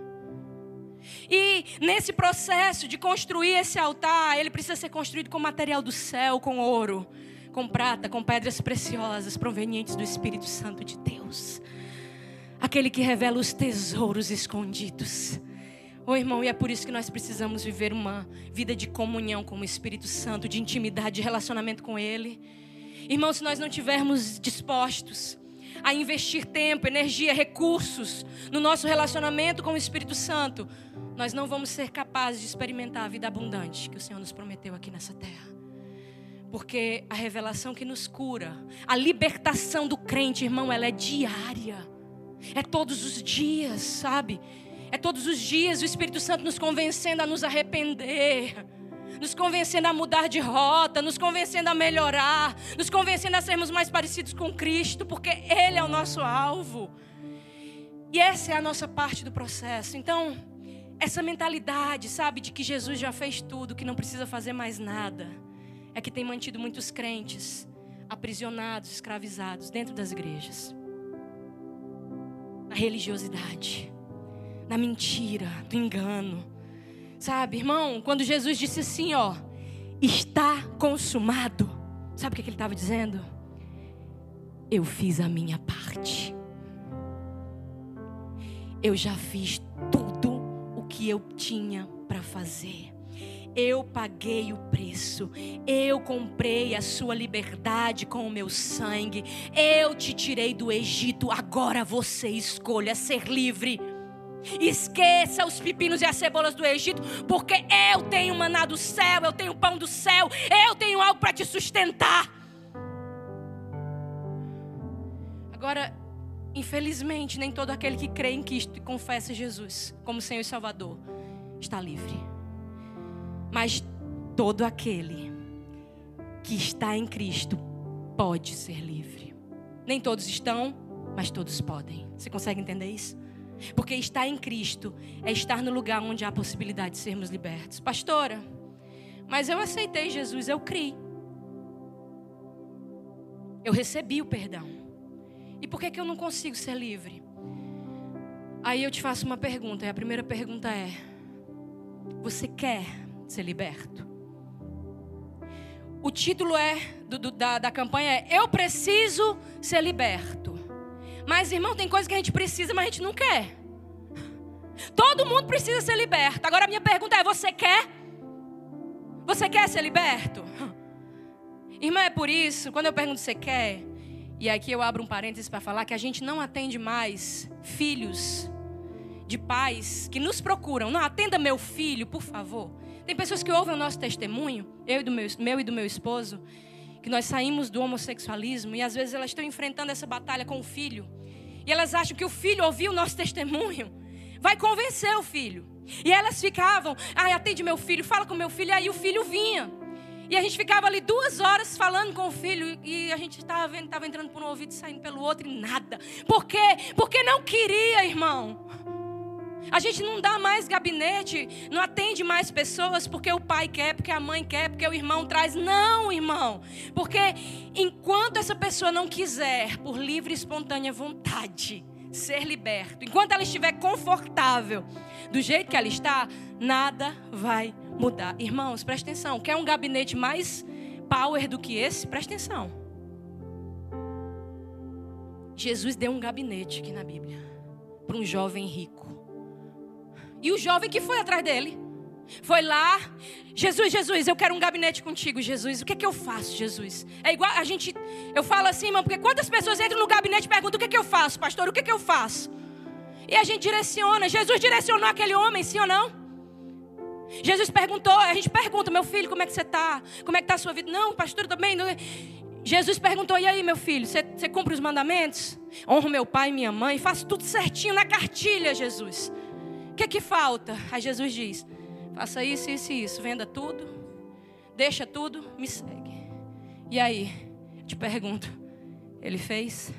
[SPEAKER 1] E nesse processo de construir esse altar, ele precisa ser construído com material do céu, com ouro, com prata, com pedras preciosas provenientes do Espírito Santo de Deus. Aquele que revela os tesouros escondidos. Irmão, e é por isso que nós precisamos viver uma vida de comunhão com o Espírito Santo, de intimidade, de relacionamento com Ele. Irmão, se nós não estivermos dispostos a investir tempo, energia, recursos no nosso relacionamento com o Espírito Santo, nós não vamos ser capazes de experimentar a vida abundante que o Senhor nos prometeu aqui nessa terra. Porque a revelação que nos cura, a libertação do crente, irmão, ela é diária. É todos os dias, sabe? É todos os dias o Espírito Santo nos convencendo a nos arrepender, nos convencendo a mudar de rota, nos convencendo a melhorar, nos convencendo a sermos mais parecidos com Cristo, porque Ele é o nosso alvo. E essa é a nossa parte do processo. Então, essa mentalidade, sabe, de que Jesus já fez tudo, que não precisa fazer mais nada, é que tem mantido muitos crentes aprisionados, escravizados dentro das igrejas. Na religiosidade, na mentira, do engano. Sabe, irmão, quando Jesus disse assim, está consumado. Sabe o que ele estava dizendo? Eu fiz a minha parte. Eu já fiz tudo o que eu tinha para fazer. Eu paguei o preço. Eu comprei a sua liberdade com o meu sangue. Eu te tirei do Egito. Agora você escolha ser livre. Esqueça os pepinos e as cebolas do Egito, porque eu tenho maná do céu, eu tenho pão do céu, eu tenho algo para te sustentar. Agora, infelizmente, nem todo aquele que crê em Cristo e confessa Jesus como Senhor e Salvador está livre. Mas todo aquele que está em Cristo pode ser livre. Nem todos estão, mas todos podem. Você consegue entender isso? Porque estar em Cristo é estar no lugar onde há a possibilidade de sermos libertos. Pastora, mas eu aceitei Jesus, eu criei. Eu recebi o perdão. E por que eu não consigo ser livre? Aí eu te faço uma pergunta, e a primeira pergunta é: você quer ser liberto? O título da campanha é Eu Preciso Ser Liberto. Mas, irmão, tem coisa que a gente precisa, mas a gente não quer. Todo mundo precisa ser liberto. Agora a minha pergunta é: você quer? Você quer ser liberto? Irmã, é por isso, quando eu pergunto se você quer, e aqui eu abro um parênteses para falar que a gente não atende mais filhos de pais que nos procuram. Não, atenda meu filho, por favor. Tem pessoas que ouvem o nosso testemunho, eu e do meu esposo, que nós saímos do homossexualismo e às vezes elas estão enfrentando essa batalha com o filho. E elas acham que o filho ouviu o nosso testemunho, vai convencer o filho. E elas ficavam: atende meu filho, fala com meu filho. E aí o filho vinha. E a gente ficava ali 2 horas falando com o filho. E a gente estava vendo, estava entrando por um ouvido e saindo pelo outro e nada. Por quê? Porque não queria, irmão. A gente não dá mais gabinete, não atende mais pessoas porque o pai quer, porque a mãe quer, porque o irmão traz. Não, irmão. Porque enquanto essa pessoa não quiser, por livre e espontânea vontade, ser liberto, enquanto ela estiver confortável do jeito que ela está, nada vai mudar. Irmãos, presta atenção. Quer um gabinete mais power do que esse? Presta atenção. Jesus deu um gabinete aqui na Bíblia para um jovem rico. E o jovem que foi atrás dele foi lá: Jesus, eu quero um gabinete contigo, Jesus. O que é que eu faço, Jesus? É igual eu falo assim, irmão, porque quantas pessoas entram no gabinete e perguntam: o que é que eu faço, pastor? O que é que eu faço? E a gente direciona. Jesus direcionou aquele homem, sim ou não? Jesus perguntou, a gente pergunta: meu filho, como é que você está? Como é que está a sua vida? Não, pastor, eu estou bem. Jesus perguntou: e aí, meu filho, você cumpre os mandamentos? Honro meu pai e minha mãe, faço tudo certinho na cartilha, Jesus. O que é que falta? Aí Jesus diz: faça isso, isso e isso. Venda tudo, deixa tudo, me segue. E aí, te pergunto, ele fez?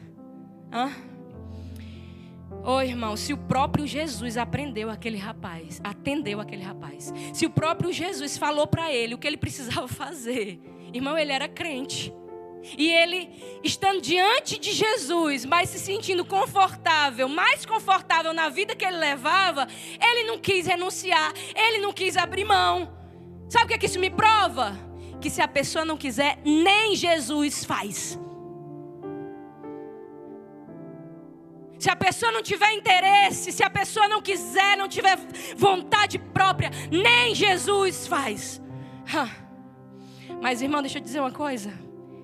[SPEAKER 1] Ô irmão, se o próprio Jesus atendeu aquele rapaz, se o próprio Jesus falou para ele o que ele precisava fazer, irmão, ele era crente. E ele, estando diante de Jesus, mas se sentindo confortável, mais confortável na vida que ele levava, ele não quis renunciar, ele não quis abrir mão. Sabe o que é que isso me prova? Que se a pessoa não quiser, nem Jesus faz. Se a pessoa não tiver interesse, se a pessoa não quiser, não tiver vontade própria, nem Jesus faz. Mas, irmão, deixa eu dizer uma coisa.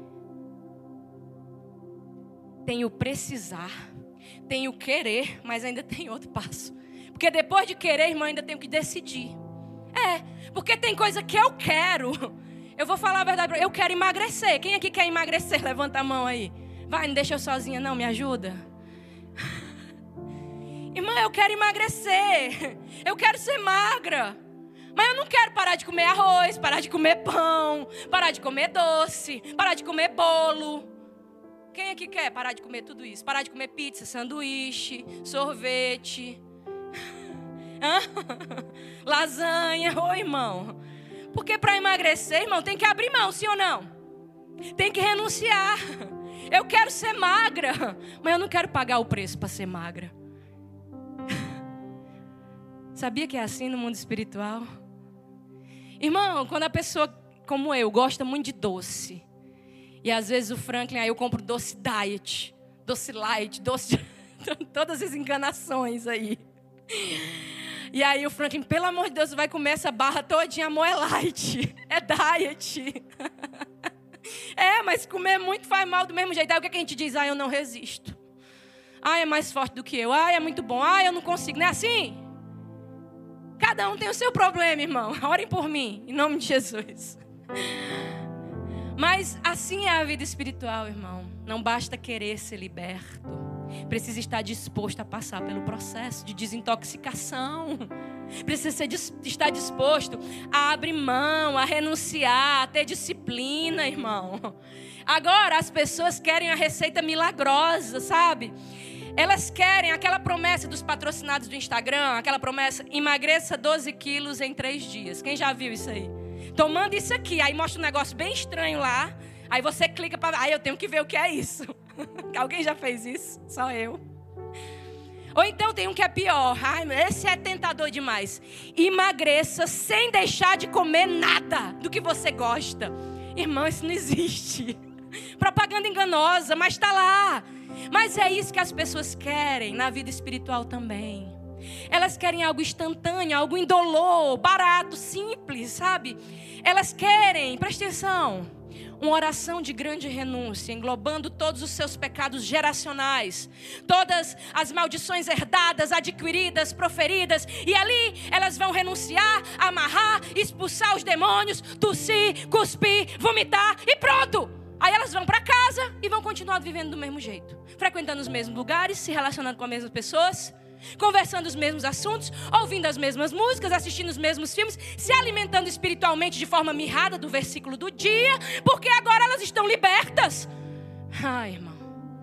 [SPEAKER 1] Tem o precisar, tem o querer, mas ainda tem outro passo. Porque depois de querer, irmão, ainda tenho que decidir. Porque tem coisa que eu quero. Eu vou falar a verdade, eu quero emagrecer. Quem aqui quer emagrecer? Levanta a mão aí. Vai, não deixa eu sozinha não, me ajuda. Irmã, eu quero emagrecer. Eu quero ser magra. Mas eu não quero parar de comer arroz, parar de comer pão, parar de comer doce, parar de comer bolo. Quem aqui quer parar de comer tudo isso? Parar de comer pizza, sanduíche, sorvete, lasanha. Ô, irmão. Porque para emagrecer, irmão, tem que abrir mão, sim ou não? Tem que renunciar. Eu quero ser magra, mas eu não quero pagar o preço para ser magra. Sabia que é assim no mundo espiritual? Irmão, quando a pessoa, como eu, gosta muito de doce, e às vezes o Franklin, aí eu compro doce diet, doce light, doce de todas as enganações aí. E aí o Franklin, pelo amor de Deus, vai comer essa barra todinha, amor, é light, é diet. Mas comer muito faz mal do mesmo jeito. Aí o que a gente diz? Eu não resisto. É mais forte do que eu. É muito bom. Eu não consigo. Não é assim? Cada um tem o seu problema, irmão. Orem por mim, em nome de Jesus. Mas assim é a vida espiritual, irmão. Não basta querer ser liberto. Precisa estar disposto a passar pelo processo de desintoxicação. Precisa estar disposto a abrir mão, a renunciar, a ter disciplina, irmão. Agora as pessoas querem a receita milagrosa, sabe? Elas querem aquela promessa dos patrocinados do Instagram, aquela promessa: emagreça 12 quilos em 3 dias. Quem já viu isso aí? Tomando isso aqui, aí mostra um negócio bem estranho lá. Aí você clica para... eu tenho que ver o que é isso. Alguém já fez isso? Só eu. Ou então tem um que é pior. Ai, esse é tentador demais. Emagreça sem deixar de comer nada do que você gosta. Irmão, isso não existe. Propaganda enganosa, mas está lá. Mas é isso que as pessoas querem na vida espiritual também. Elas querem algo instantâneo, algo indolor, barato, simples, sabe? Elas querem, presta atenção, uma oração de grande renúncia, englobando todos os seus pecados geracionais, todas as maldições herdadas, adquiridas, proferidas, e ali elas vão renunciar, amarrar, expulsar os demônios, tossir, cuspir, vomitar e pronto! Aí elas vão para casa e vão continuar vivendo do mesmo jeito, frequentando os mesmos lugares, se relacionando com as mesmas pessoas, conversando os mesmos assuntos, ouvindo as mesmas músicas, assistindo os mesmos filmes, se alimentando espiritualmente de forma mirrada do versículo do dia, porque agora elas estão libertas. Ai, irmão.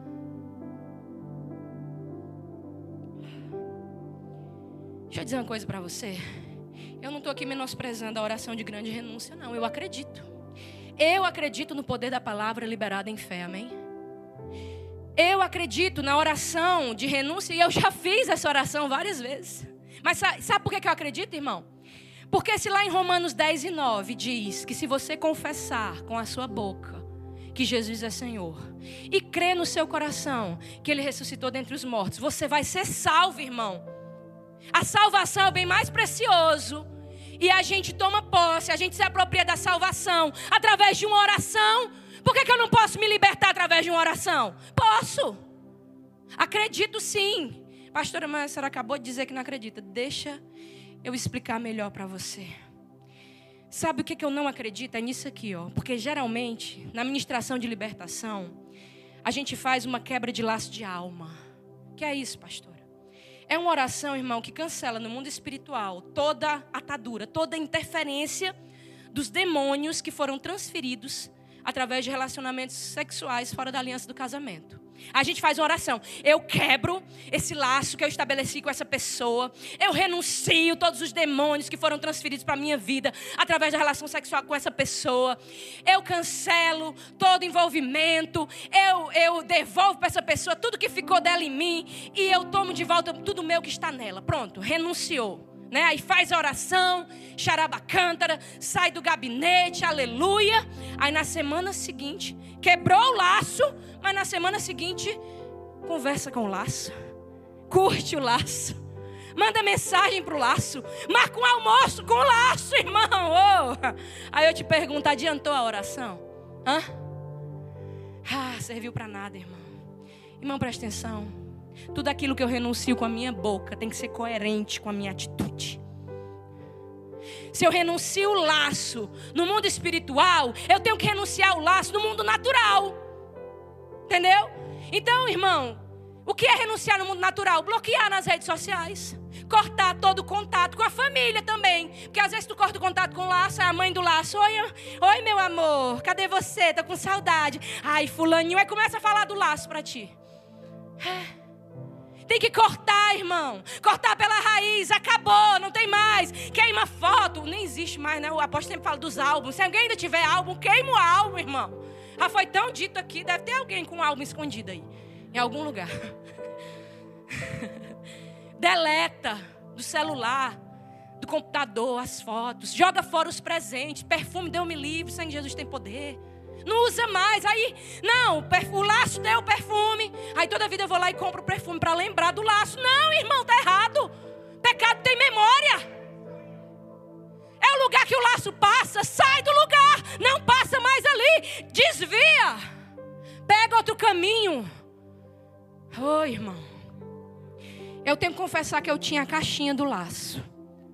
[SPEAKER 1] Deixa eu dizer uma coisa para você. Eu não estou aqui menosprezando a oração de grande renúncia, não. Eu acredito. Eu acredito no poder da palavra liberada em fé, amém? Eu acredito na oração de renúncia e eu já fiz essa oração várias vezes. Mas sabe por que eu acredito, irmão? Porque se lá em Romanos 10:9 diz que se você confessar com a sua boca que Jesus é Senhor e crer no seu coração que Ele ressuscitou dentre os mortos, você vai ser salvo, irmão. A salvação é o bem mais precioso. E a gente toma posse, a gente se apropria da salvação através de uma oração. Por que eu não posso me libertar através de uma oração? Posso. Acredito sim. Pastora, mas a senhora acabou de dizer que não acredita. Deixa eu explicar melhor para você. Sabe o que eu não acredito? É nisso aqui, ó. Porque geralmente, na ministração de libertação, a gente faz uma quebra de laço de alma. Que é isso, pastora? É uma oração, irmão, que cancela no mundo espiritual toda atadura, toda interferência dos demônios que foram transferidos através de relacionamentos sexuais fora da aliança do casamento. A gente faz uma oração. Eu quebro esse laço que eu estabeleci com essa pessoa. Eu renuncio todos os demônios que foram transferidos para a minha vida através da relação sexual com essa pessoa. Eu cancelo todo envolvimento. Eu devolvo para essa pessoa tudo que ficou dela em mim. E eu tomo de volta tudo meu que está nela. Pronto, renunciou. Né? Aí faz a oração, xarabacântara, sai do gabinete, aleluia. Aí na semana seguinte, quebrou o laço, mas na semana seguinte, conversa com o laço, curte o laço, manda mensagem pro laço, marca um almoço com o laço, irmão. Oh. Aí eu te pergunto, adiantou a oração? Serviu para nada, irmão. Irmão, presta atenção. Tudo aquilo que eu renuncio com a minha boca tem que ser coerente com a minha atitude. Se eu renuncio o laço no mundo espiritual, eu tenho que renunciar o laço no mundo natural. Entendeu? Então, irmão, o que é renunciar no mundo natural? Bloquear nas redes sociais. Cortar todo o contato com a família também. Porque às vezes tu corta o contato com o laço, é a mãe do laço. Oi, meu amor, cadê você? Tô com saudade. Ai, fulaninho. Aí começa a falar do laço pra ti. Tem que cortar, irmão. Cortar pela raiz. Acabou, não tem mais. Queima foto. Nem existe mais, né? O apóstolo sempre fala dos álbuns. Se alguém ainda tiver álbum, queima o álbum, irmão. Já foi tão dito aqui. Deve ter alguém com um álbum escondido aí. Em algum lugar. Deleta do celular, do computador, as fotos. Joga fora os presentes. Perfume, Deus-me livre. Sangue de Jesus tem poder. Não usa mais. Aí, não, o laço deu o perfume. Aí toda vida eu vou lá e compro o perfume para lembrar do laço. Não, irmão, tá errado. Pecado tem memória. É o lugar que o laço passa. Sai do lugar. Não passa mais ali. Desvia. Pega outro caminho. Ô, irmão. Eu tenho que confessar que eu tinha a caixinha do laço.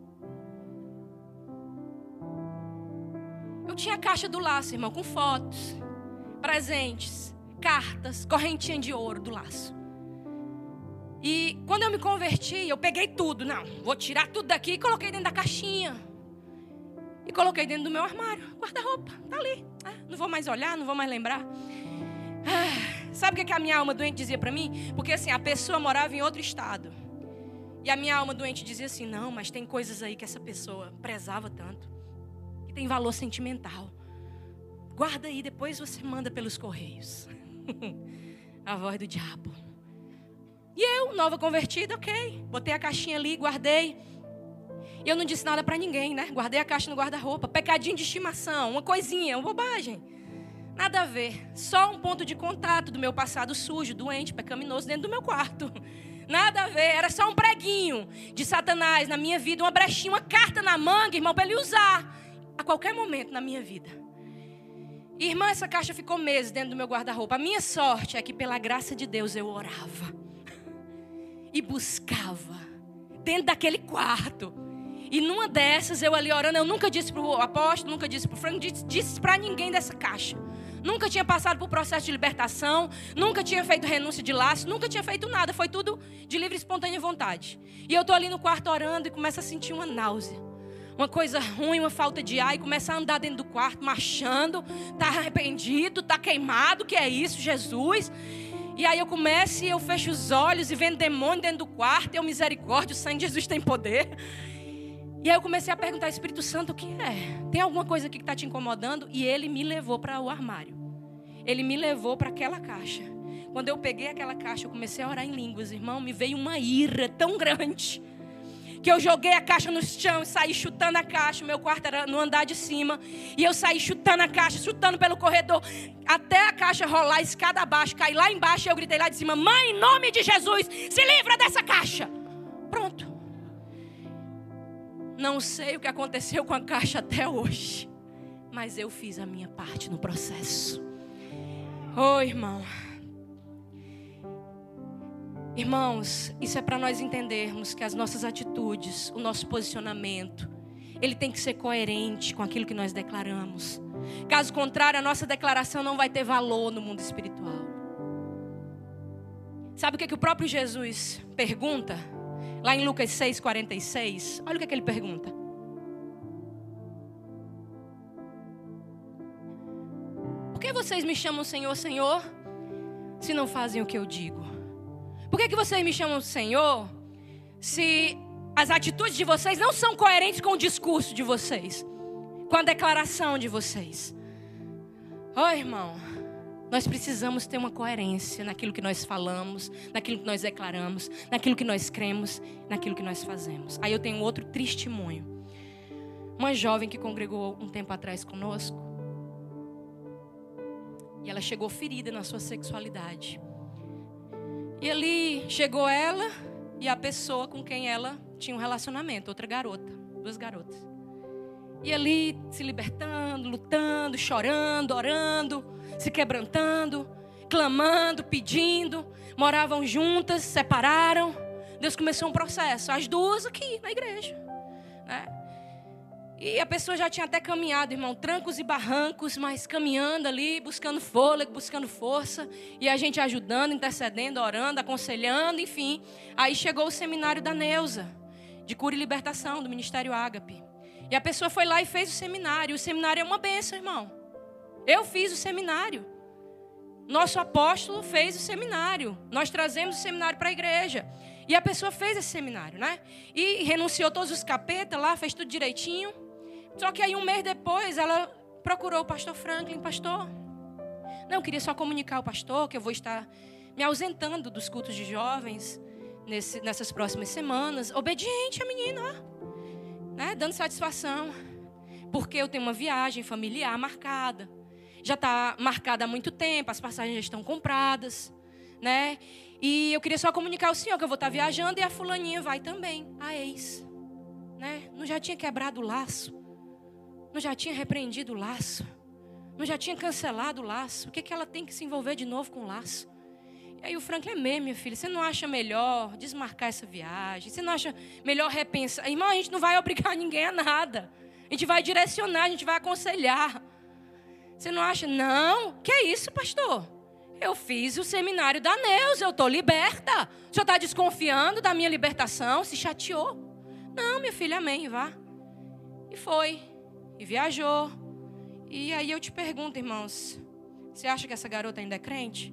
[SPEAKER 1] Eu tinha a caixa do laço, irmão, com fotos, presentes, cartas, correntinha de ouro do laço. E quando eu me converti, eu peguei tudo. Não, vou tirar tudo daqui e coloquei dentro da caixinha. E coloquei dentro do meu armário, guarda-roupa, tá ali. Não vou mais olhar, não vou mais lembrar. Sabe o que a minha alma doente dizia para mim? Porque assim, a pessoa morava em outro estado. E a minha alma doente dizia assim, não, mas tem coisas aí que essa pessoa prezava tanto. Tem valor sentimental. Guarda aí, depois você manda pelos correios. A voz do diabo. E eu, nova convertida, ok. Botei a caixinha ali, guardei. E eu não disse nada para ninguém, né? Guardei a caixa no guarda-roupa. Pecadinho de estimação, uma coisinha, uma bobagem. Nada a ver. Só um ponto de contato do meu passado sujo, doente, pecaminoso dentro do meu quarto. Nada a ver. Era só um preguinho de Satanás na minha vida. Uma brechinha, uma carta na manga, irmão, para ele usar a qualquer momento na minha vida. E, irmã, essa caixa ficou meses dentro do meu guarda-roupa. A minha sorte é que, pela graça de Deus, eu orava. E buscava. Dentro daquele quarto. E numa dessas, eu ali orando, eu nunca disse para o apóstolo, nunca disse para o Frank, disse para ninguém dessa caixa. Nunca tinha passado por processo de libertação, nunca tinha feito renúncia de laço, nunca tinha feito nada. Foi tudo de livre e espontânea vontade. E eu estou ali no quarto orando e começo a sentir uma náusea. Uma coisa ruim, uma falta de ar. E começo a andar dentro do quarto, marchando. Está arrependido, está queimado, que é isso, Jesus? E aí eu começo e eu fecho os olhos e vendo demônio dentro do quarto. E eu, misericórdia, o sangue de Jesus tem poder. E aí eu comecei a perguntar, Espírito Santo, o que é? Tem alguma coisa aqui que está te incomodando? E ele me levou para o armário. Ele me levou para aquela caixa. Quando eu peguei aquela caixa, eu comecei a orar em línguas, irmão. Me veio uma ira tão grande que eu joguei a caixa no chão e saí chutando a caixa. Meu quarto era no andar de cima. E eu saí chutando a caixa, chutando pelo corredor, até a caixa rolar, escada abaixo, cair lá embaixo. E eu gritei lá de cima, mãe, em nome de Jesus, se livra dessa caixa. Pronto. Não sei o que aconteceu com a caixa até hoje, mas eu fiz a minha parte no processo. Oh, irmão. Irmãos, isso é para nós entendermos que as nossas atitudes, o nosso posicionamento, ele tem que ser coerente com aquilo que nós declaramos. Caso contrário, a nossa declaração não vai ter valor no mundo espiritual. Sabe o que o próprio Jesus pergunta? Lá em Lucas 6,46, olha o que ele pergunta. Por que vocês me chamam Senhor, Senhor, se não fazem o que eu digo? Por que vocês me chamam Senhor, se as atitudes de vocês não são coerentes com o discurso de vocês, com a declaração de vocês? Oh, irmão, nós precisamos ter uma coerência naquilo que nós falamos, naquilo que nós declaramos, naquilo que nós cremos, naquilo que nós fazemos. Aí eu tenho outro testemunho. Uma jovem que congregou um tempo atrás conosco. E ela chegou ferida na sua sexualidade. E ali chegou ela e a pessoa com quem ela tinha um relacionamento, outra garota, 2 garotas. E ali se libertando, lutando, chorando, orando, se quebrantando, clamando, pedindo. Moravam juntas, separaram. Deus começou um processo. As 2 aqui na igreja, né? E a pessoa já tinha até caminhado, irmão, trancos e barrancos, mas caminhando ali, buscando fôlego, buscando força. E a gente ajudando, intercedendo, orando, aconselhando, enfim. Aí chegou o seminário da Neuza, de cura e libertação, do Ministério Ágape. E a pessoa foi lá e fez o seminário. O seminário é uma bênção, irmão. Eu fiz o seminário. Nosso apóstolo fez o seminário. Nós trazemos o seminário para a igreja. E a pessoa fez esse seminário, né? E renunciou todos os capetas lá, fez tudo direitinho. Só que aí 1 mês depois, ela procurou o pastor Franklin. Pastor, não, eu queria só comunicar ao pastor que eu vou estar me ausentando dos cultos de jovens nessas próximas semanas. Obediente a menina, ó, né? Dando satisfação. Porque eu tenho uma viagem familiar marcada. Já está marcada há muito tempo, as passagens já estão compradas, né? E eu queria só comunicar ao senhor que eu vou estar viajando e a fulaninha vai também, a ex, né? Não já tinha quebrado o laço? Não já tinha repreendido o laço? Não já tinha cancelado o laço? O que ela tem que se envolver de novo com o laço? E aí o Franklin, é mesmo, minha filha, você não acha melhor desmarcar essa viagem? Você não acha melhor repensar? Irmão, a gente não vai obrigar ninguém a nada. A gente vai direcionar, a gente vai aconselhar. Você não acha? Não. Que é isso, pastor? Eu fiz o seminário da Neuza, eu estou liberta. O senhor está desconfiando da minha libertação? Se chateou? Não, minha filha, amém, vá. E foi. E viajou. E aí eu te pergunto, irmãos, você acha que essa garota ainda é crente?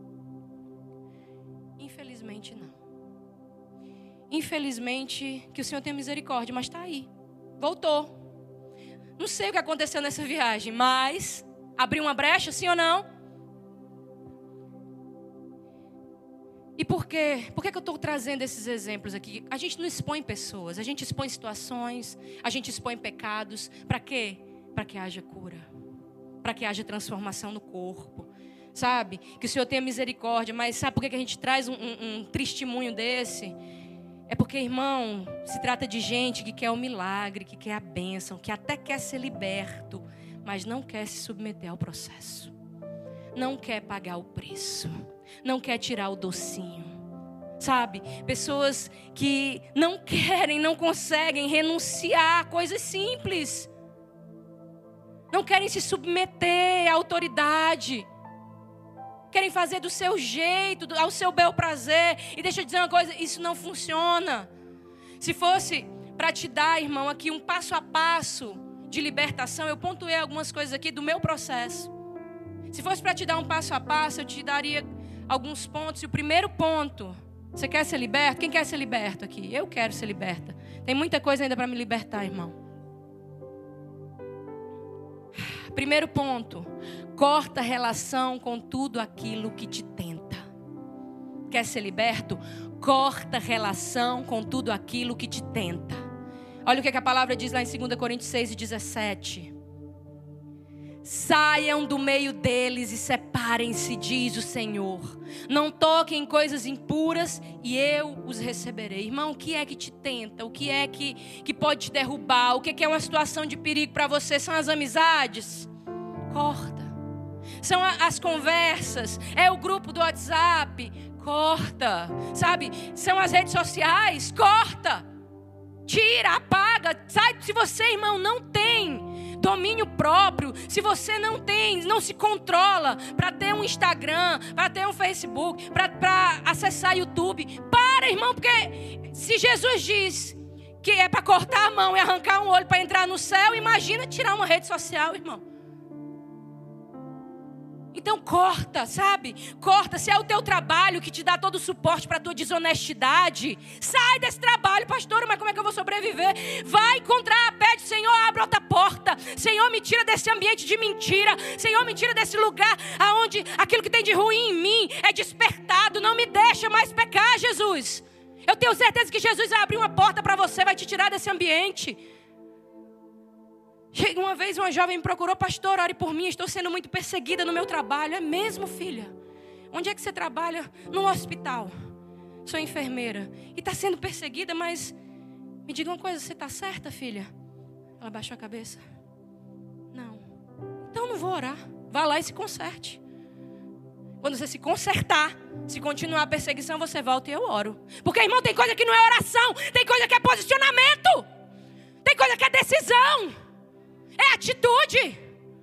[SPEAKER 1] Infelizmente não. Infelizmente, que o Senhor tenha misericórdia, mas está aí. Voltou. Não sei o que aconteceu nessa viagem, mas abriu uma brecha, sim ou não? E por quê? Por que eu estou trazendo esses exemplos aqui? A gente não expõe pessoas, a gente expõe situações, a gente expõe pecados. Para quê? Para que haja cura, para que haja transformação no corpo. Sabe? Que o Senhor tenha misericórdia. Mas sabe por que a gente traz um testemunho desse? É porque, irmão, se trata de gente que quer o milagre, que quer a bênção, que até quer ser liberto, mas não quer se submeter ao processo. Não quer pagar o preço. Não quer tirar o docinho. Sabe? Pessoas que não querem, não conseguem renunciar a coisas simples. Não querem se submeter à autoridade. Querem fazer do seu jeito, ao seu bel prazer. E deixa eu dizer uma coisa, isso não funciona. Se fosse para te dar, irmão, aqui um passo a passo de libertação, eu pontuei algumas coisas aqui do meu processo. Se fosse para te dar um passo a passo, eu te daria alguns pontos. E o primeiro ponto, você quer ser liberto? Quem quer ser liberto aqui? Eu quero ser liberta. Tem muita coisa ainda para me libertar, irmão. Primeiro ponto, corta relação com tudo aquilo que te tenta. Quer ser liberto? Corta relação com tudo aquilo que te tenta. Olha o que a palavra diz lá em 2 Coríntios 6:17. Saiam do meio deles e separem-se, diz o Senhor. Não toquem em coisas impuras e eu os receberei. Irmão, o que é que te tenta? O que é que pode te derrubar? O que é uma situação de perigo para você? São as amizades? Corta. São as conversas? É o grupo do WhatsApp? Corta. Sabe? São as redes sociais? Corta. Tira, apaga. Sai. Se você, irmão, não tem domínio próprio, se você não se controla para ter um Instagram, para ter um Facebook, para acessar YouTube, para, irmão, porque se Jesus diz que é para cortar a mão e arrancar um olho para entrar no céu, imagina tirar uma rede social, irmão. Então corta, sabe? Corta. Se é o teu trabalho que te dá todo o suporte para a tua desonestidade, sai desse trabalho, pastora, mas como é que eu vou sobreviver? Vai encontrar, pede, Senhor, abre outra porta. Senhor, me tira desse ambiente de mentira. Senhor, me tira desse lugar onde aquilo que tem de ruim em mim é despertado. Não me deixa mais pecar, Jesus. Eu tenho certeza que Jesus vai abrir uma porta para você, vai te tirar desse ambiente. Uma vez uma jovem me procurou, pastor, ore por mim, estou sendo muito perseguida no meu trabalho. É mesmo, filha? Onde é que você trabalha? No hospital. Sou enfermeira. E está sendo perseguida, mas me diga uma coisa, você está certa, filha? Ela baixou a cabeça. Não. Então não vou orar. Vá lá e se conserte. Quando você se consertar, se continuar a perseguição, você volta e eu oro. Porque, irmão, tem coisa que não é oração, tem coisa que é posicionamento, tem coisa que é decisão. É atitude.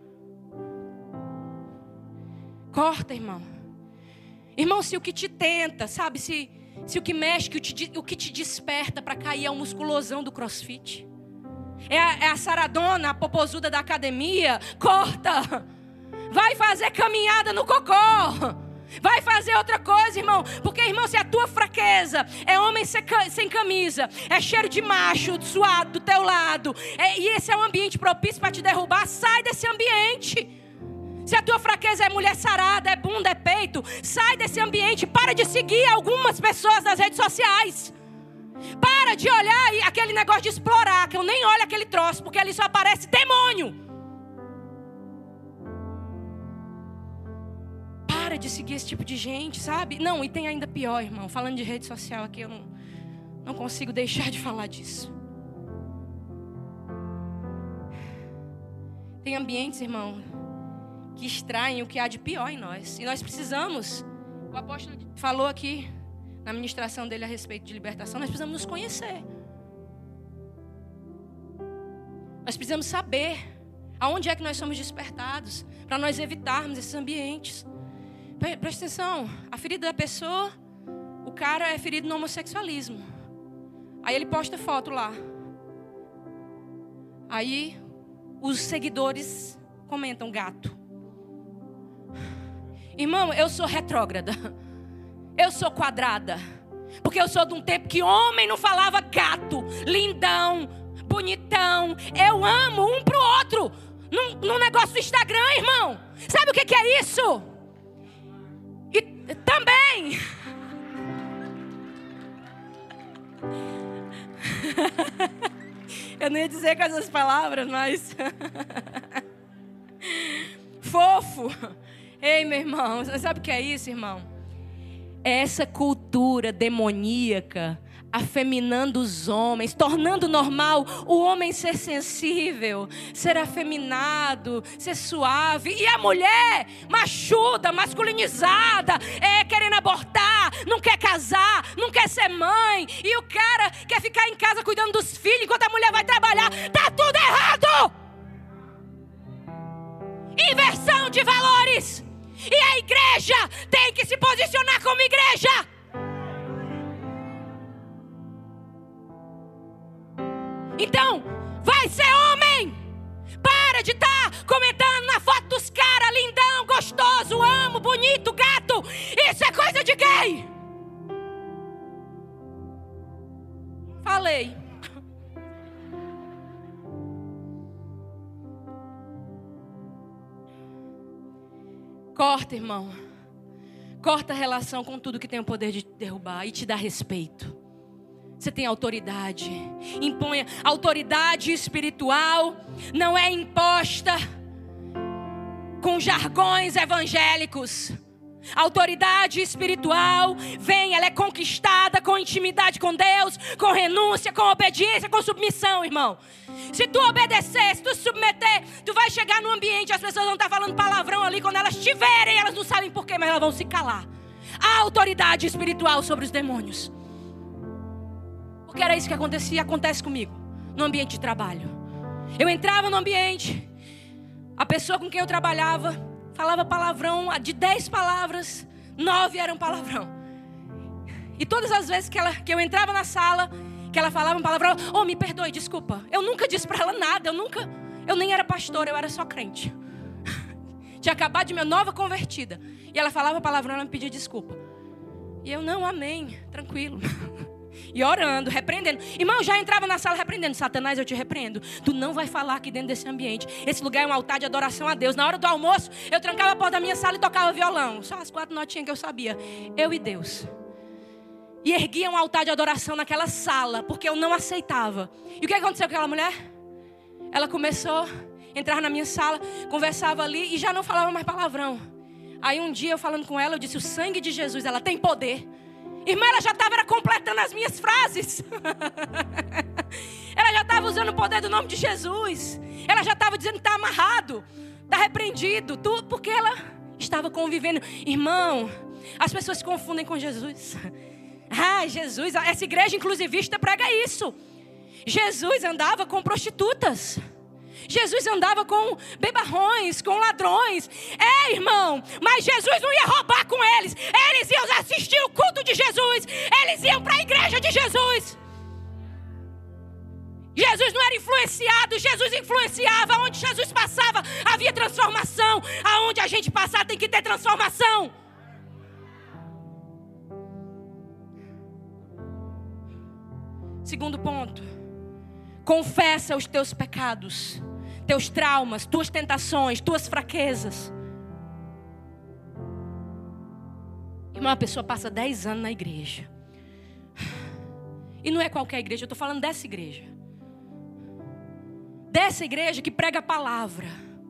[SPEAKER 1] Corta, irmão. Irmão, se o que te tenta, sabe? Se o que mexe, o que te desperta para cair é o musculosão do crossfit. É a saradona, a popozuda da academia. Corta. Vai fazer caminhada no cocô. Vai fazer outra coisa, irmão. Porque, irmão, se a tua fraqueza é homem sem camisa, é cheiro de macho suado do teu lado, e esse é um ambiente propício para te derrubar, sai desse ambiente. Se a tua fraqueza é mulher sarada, é bunda, é peito, sai desse ambiente. Para de seguir algumas pessoas nas redes sociais. Para de olhar aquele negócio de explorar, que eu nem olho aquele troço, porque ali só aparece demônio. Para de seguir esse tipo de gente, sabe? Não, e tem ainda pior, irmão. Falando de rede social aqui, eu não consigo deixar de falar disso. Tem ambientes, irmão, que extraem o que há de pior em nós. E nós precisamos, o apóstolo falou aqui, na ministração dele a respeito de libertação, nós precisamos nos conhecer. Nós precisamos saber aonde é que nós somos despertados, para nós evitarmos esses ambientes. Presta atenção, a ferida da pessoa, o cara é ferido no homossexualismo. Aí ele posta foto lá. Aí os seguidores comentam gato. Irmão, eu sou retrógrada. Eu sou quadrada. Porque eu sou de um tempo que homem não falava gato, lindão, bonitão. Eu amo um pro outro. Num negócio do Instagram, irmão. Sabe o que é isso? E também Eu não ia dizer com essas palavras, mas... Fofo. Ei, meu irmão, você sabe o que é isso, irmão? É essa cultura demoníaca afeminando os homens, tornando normal o homem ser sensível, ser afeminado, ser suave. E a mulher machuda, masculinizada, querendo abortar, não quer casar, não quer ser mãe. E o cara quer ficar em casa cuidando dos filhos enquanto a mulher vai trabalhar. Tá tudo errado! Inversão de valores. E a igreja tem que se posicionar como igreja. Então, vai ser homem. Para de estar comentando na foto dos caras, lindão, gostoso, amo, bonito, gato. Isso é coisa de gay. Falei. Corta, irmão. Corta a relação com tudo que tem o poder de derrubar e te dar respeito. Você tem autoridade. Imponha. Autoridade espiritual não é imposta com jargões evangélicos. Autoridade espiritual vem, ela é conquistada com intimidade com Deus, com renúncia, com obediência, com submissão, irmão. Se tu obedecer, se tu submeter, tu vai chegar num ambiente, as pessoas vão estar falando palavrão ali, quando elas te verem, elas não sabem porquê, mas elas vão se calar. Há autoridade espiritual sobre os demônios. Porque era isso que acontecia e acontece comigo, no ambiente de trabalho. Eu entrava no ambiente, a pessoa com quem eu trabalhava falava palavrão, de 10 palavras, 9 eram palavrão. E todas as vezes que eu entrava na sala, que ela falava um palavrão, me perdoe, desculpa. Eu nunca disse pra ela nada, eu nem era pastora, eu era só crente. Tinha acabado de minha nova convertida. E ela falava palavrão, ela me pedia desculpa. E eu, não, amém, tranquilo. E orando, repreendendo. Irmão, eu já entrava na sala repreendendo. Satanás, eu te repreendo. Tu não vai falar aqui dentro desse ambiente. Esse lugar é um altar de adoração a Deus. Na hora do almoço, eu trancava a porta da minha sala e tocava violão. Só as 4 notinhas que eu sabia. Eu e Deus. E erguia um altar de adoração naquela sala, porque eu não aceitava. E o que aconteceu com aquela mulher? Ela começou a entrar na minha sala, conversava ali e já não falava mais palavrão. Aí um dia eu falando com ela, eu disse, o sangue de Jesus, ela tem poder. Irmã, ela já estava completando as minhas frases. Ela já estava usando o poder do nome de Jesus. Ela já estava dizendo que está amarrado, está repreendido. Tudo porque ela estava convivendo. Irmão, as pessoas se confundem com Jesus. Jesus, essa igreja inclusivista prega isso. Jesus andava com prostitutas. Jesus andava com bebarrões, com ladrões. Irmão, mas Jesus não ia roubar com eles. Eles iam assistir o culto de Jesus. Eles iam para a igreja de Jesus. Jesus não era influenciado, Jesus influenciava. Onde Jesus passava, havia transformação. Aonde a gente passar tem que ter transformação. Segundo ponto. Confessa os teus pecados, teus traumas, tuas tentações, tuas fraquezas. Irmã, a pessoa passa 10 anos na igreja. E não é qualquer igreja, eu estou falando dessa igreja. Dessa igreja que prega a palavra.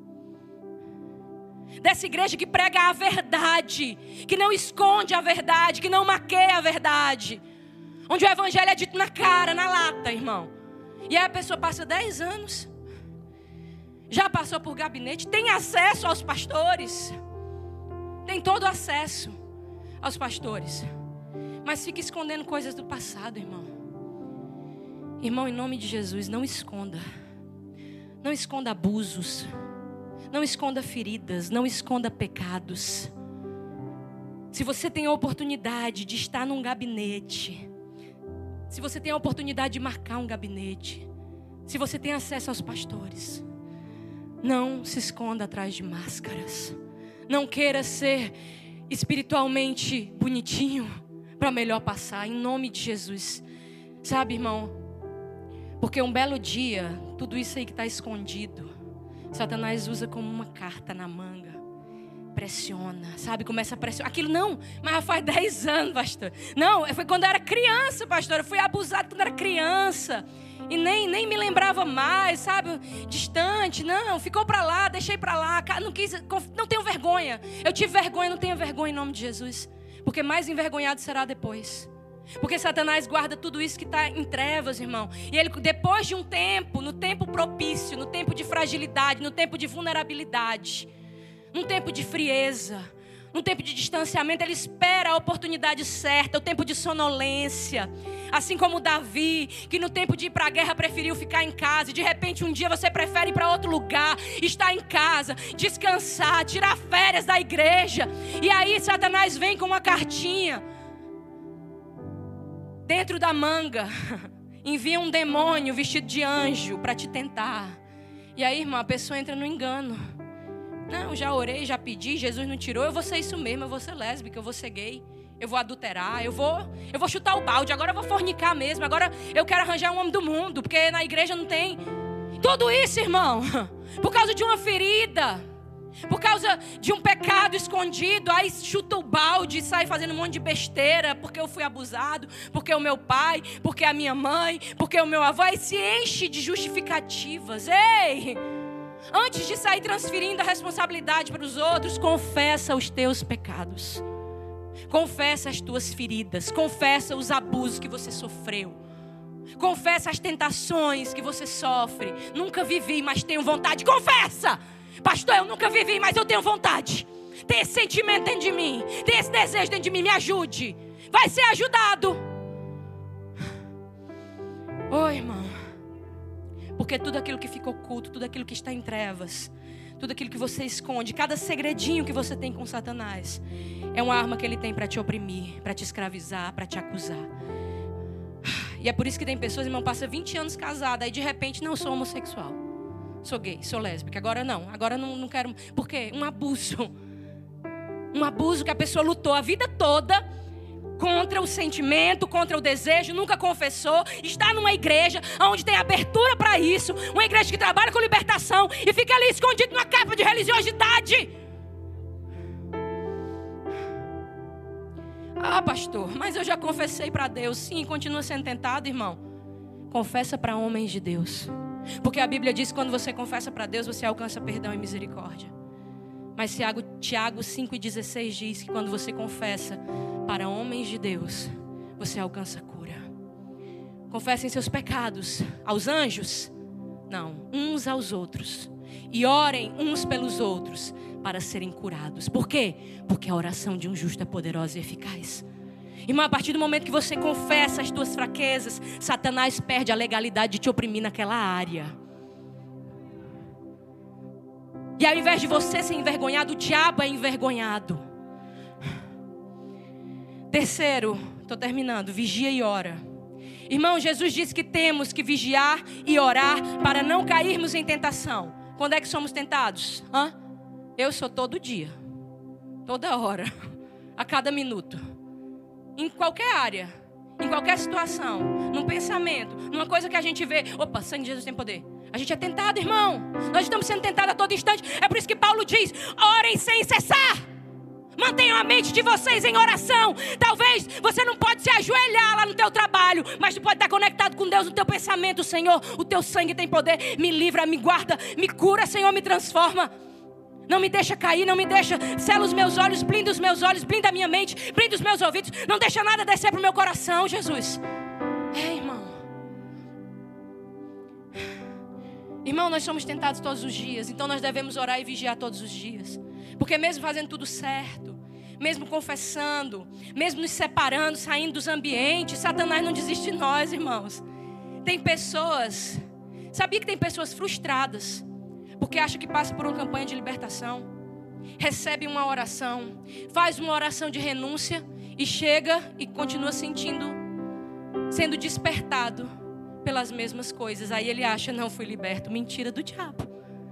[SPEAKER 1] Dessa igreja que prega a verdade, que não esconde a verdade, que não maqueia a verdade. Onde o evangelho é dito na cara, na lata, irmão. E aí a pessoa passa 10 anos, já passou por gabinete, tem acesso aos pastores, tem todo acesso aos pastores, mas fica escondendo coisas do passado, irmão. Irmão, em nome de Jesus, não esconda. Não esconda abusos, não esconda feridas, não esconda pecados. Se você tem a oportunidade de estar num gabinete, se você tem a oportunidade de marcar um gabinete, se você tem acesso aos pastores, não se esconda atrás de máscaras. Não queira ser espiritualmente bonitinho para melhor passar, em nome de Jesus. Sabe, irmão, porque um belo dia, tudo isso aí que está escondido, Satanás usa como uma carta na manga. pressiona, sabe? Começa a pressionar. Aquilo não, mas faz 10 anos, pastor. Não, foi quando eu era criança, pastor. Eu fui abusado quando era criança. E nem me lembrava mais, sabe? Distante, não, ficou para lá, deixei para lá. Não tenho vergonha. Eu tive vergonha, não tenho vergonha em nome de Jesus. Porque mais envergonhado será depois. Porque Satanás guarda tudo isso que está em trevas, irmão. E ele, depois de um tempo, no tempo propício, no tempo de fragilidade, no tempo de vulnerabilidade, num tempo de frieza, num tempo de distanciamento, ele espera a oportunidade certa, o tempo de sonolência. Assim como Davi, que no tempo de ir para a guerra preferiu ficar em casa. E de repente um dia você prefere ir para outro lugar, estar em casa, descansar, tirar férias da igreja. E aí Satanás vem com uma cartinha dentro da manga, envia um demônio vestido de anjo para te tentar. E aí, irmão, a pessoa entra no engano. Não, já orei, já pedi, Jesus não tirou, eu vou ser isso mesmo, eu vou ser lésbica, eu vou ser gay, eu vou adulterar, eu vou chutar o balde, agora eu vou fornicar mesmo, agora eu quero arranjar um homem do mundo, porque na igreja não tem. Tudo isso, irmão, por causa de uma ferida, por causa de um pecado escondido, aí chuta o balde e sai fazendo um monte de besteira, porque eu fui abusado, porque o meu pai, porque a minha mãe, porque o meu avô, aí se enche de justificativas. Ei! Antes de sair transferindo a responsabilidade para os outros, confessa os teus pecados. Confessa as tuas feridas. Confessa os abusos que você sofreu. Confessa as tentações que você sofre. Nunca vivi, mas tenho vontade. Confessa! Pastor, eu nunca vivi, mas eu tenho vontade. Tem esse sentimento dentro de mim. Tem esse desejo dentro de mim. Me ajude. Vai ser ajudado. Oi, irmão. Porque tudo aquilo que fica oculto, tudo aquilo que está em trevas, tudo aquilo que você esconde, cada segredinho que você tem com Satanás, é uma arma que ele tem para te oprimir, para te escravizar, para te acusar. E é por isso que tem pessoas, irmão, passa 20 anos casada, aí de repente, não, sou homossexual, sou gay, sou lésbica, agora não quero. Por quê? Um abuso que a pessoa lutou a vida toda contra o sentimento, contra o desejo, nunca confessou, está numa igreja onde tem abertura para isso, uma igreja que trabalha com libertação e fica ali escondido numa capa de religiosidade. Ah, pastor, mas eu já confessei para Deus. Sim, continua sendo tentado, irmão. Confessa para homens de Deus, porque a Bíblia diz que quando você confessa para Deus, você alcança perdão e misericórdia. Mas Tiago 5,16 diz que quando você confessa para homens de Deus, você alcança cura. Confessem seus pecados aos anjos? Não, uns aos outros. E orem uns pelos outros para serem curados. Por quê? Porque a oração de um justo é poderosa e eficaz. Irmão, a partir do momento que você confessa as tuas fraquezas, Satanás perde a legalidade de te oprimir naquela área. E ao invés de você ser envergonhado, o diabo é envergonhado. Terceiro, estou terminando, vigia e ora. Irmão, Jesus disse que temos que vigiar e orar para não cairmos em tentação. Quando é que somos tentados? Eu sou todo dia, toda hora, a cada minuto. Em qualquer área, em qualquer situação, num pensamento, numa coisa que a gente vê. Opa, sangue de Jesus tem poder. A gente é tentado, irmão. Nós estamos sendo tentados a todo instante. É por isso que Paulo diz: orem sem cessar. Mantenham a mente de vocês em oração. Talvez você não pode se ajoelhar lá no teu trabalho, mas tu pode estar conectado com Deus no teu pensamento. Senhor, o teu sangue tem poder. Me livra, me guarda, me cura, Senhor, me transforma. Não me deixa cair, não me deixa. Sela os meus olhos, blinda os meus olhos, blinda a minha mente, blinda os meus ouvidos. Não deixa nada descer para o meu coração, Jesus. Irmão. Irmão, nós somos tentados todos os dias, então nós devemos orar e vigiar todos os dias. Porque mesmo fazendo tudo certo, mesmo confessando, mesmo nos separando, saindo dos ambientes, Satanás não desiste de nós, irmãos. Tem pessoas, sabia que tem pessoas frustradas, porque acha que passa por uma campanha de libertação, recebe uma oração, faz uma oração de renúncia e chega e continua sendo despertado pelas mesmas coisas. Aí ele acha, não, fui liberto. Mentira do diabo.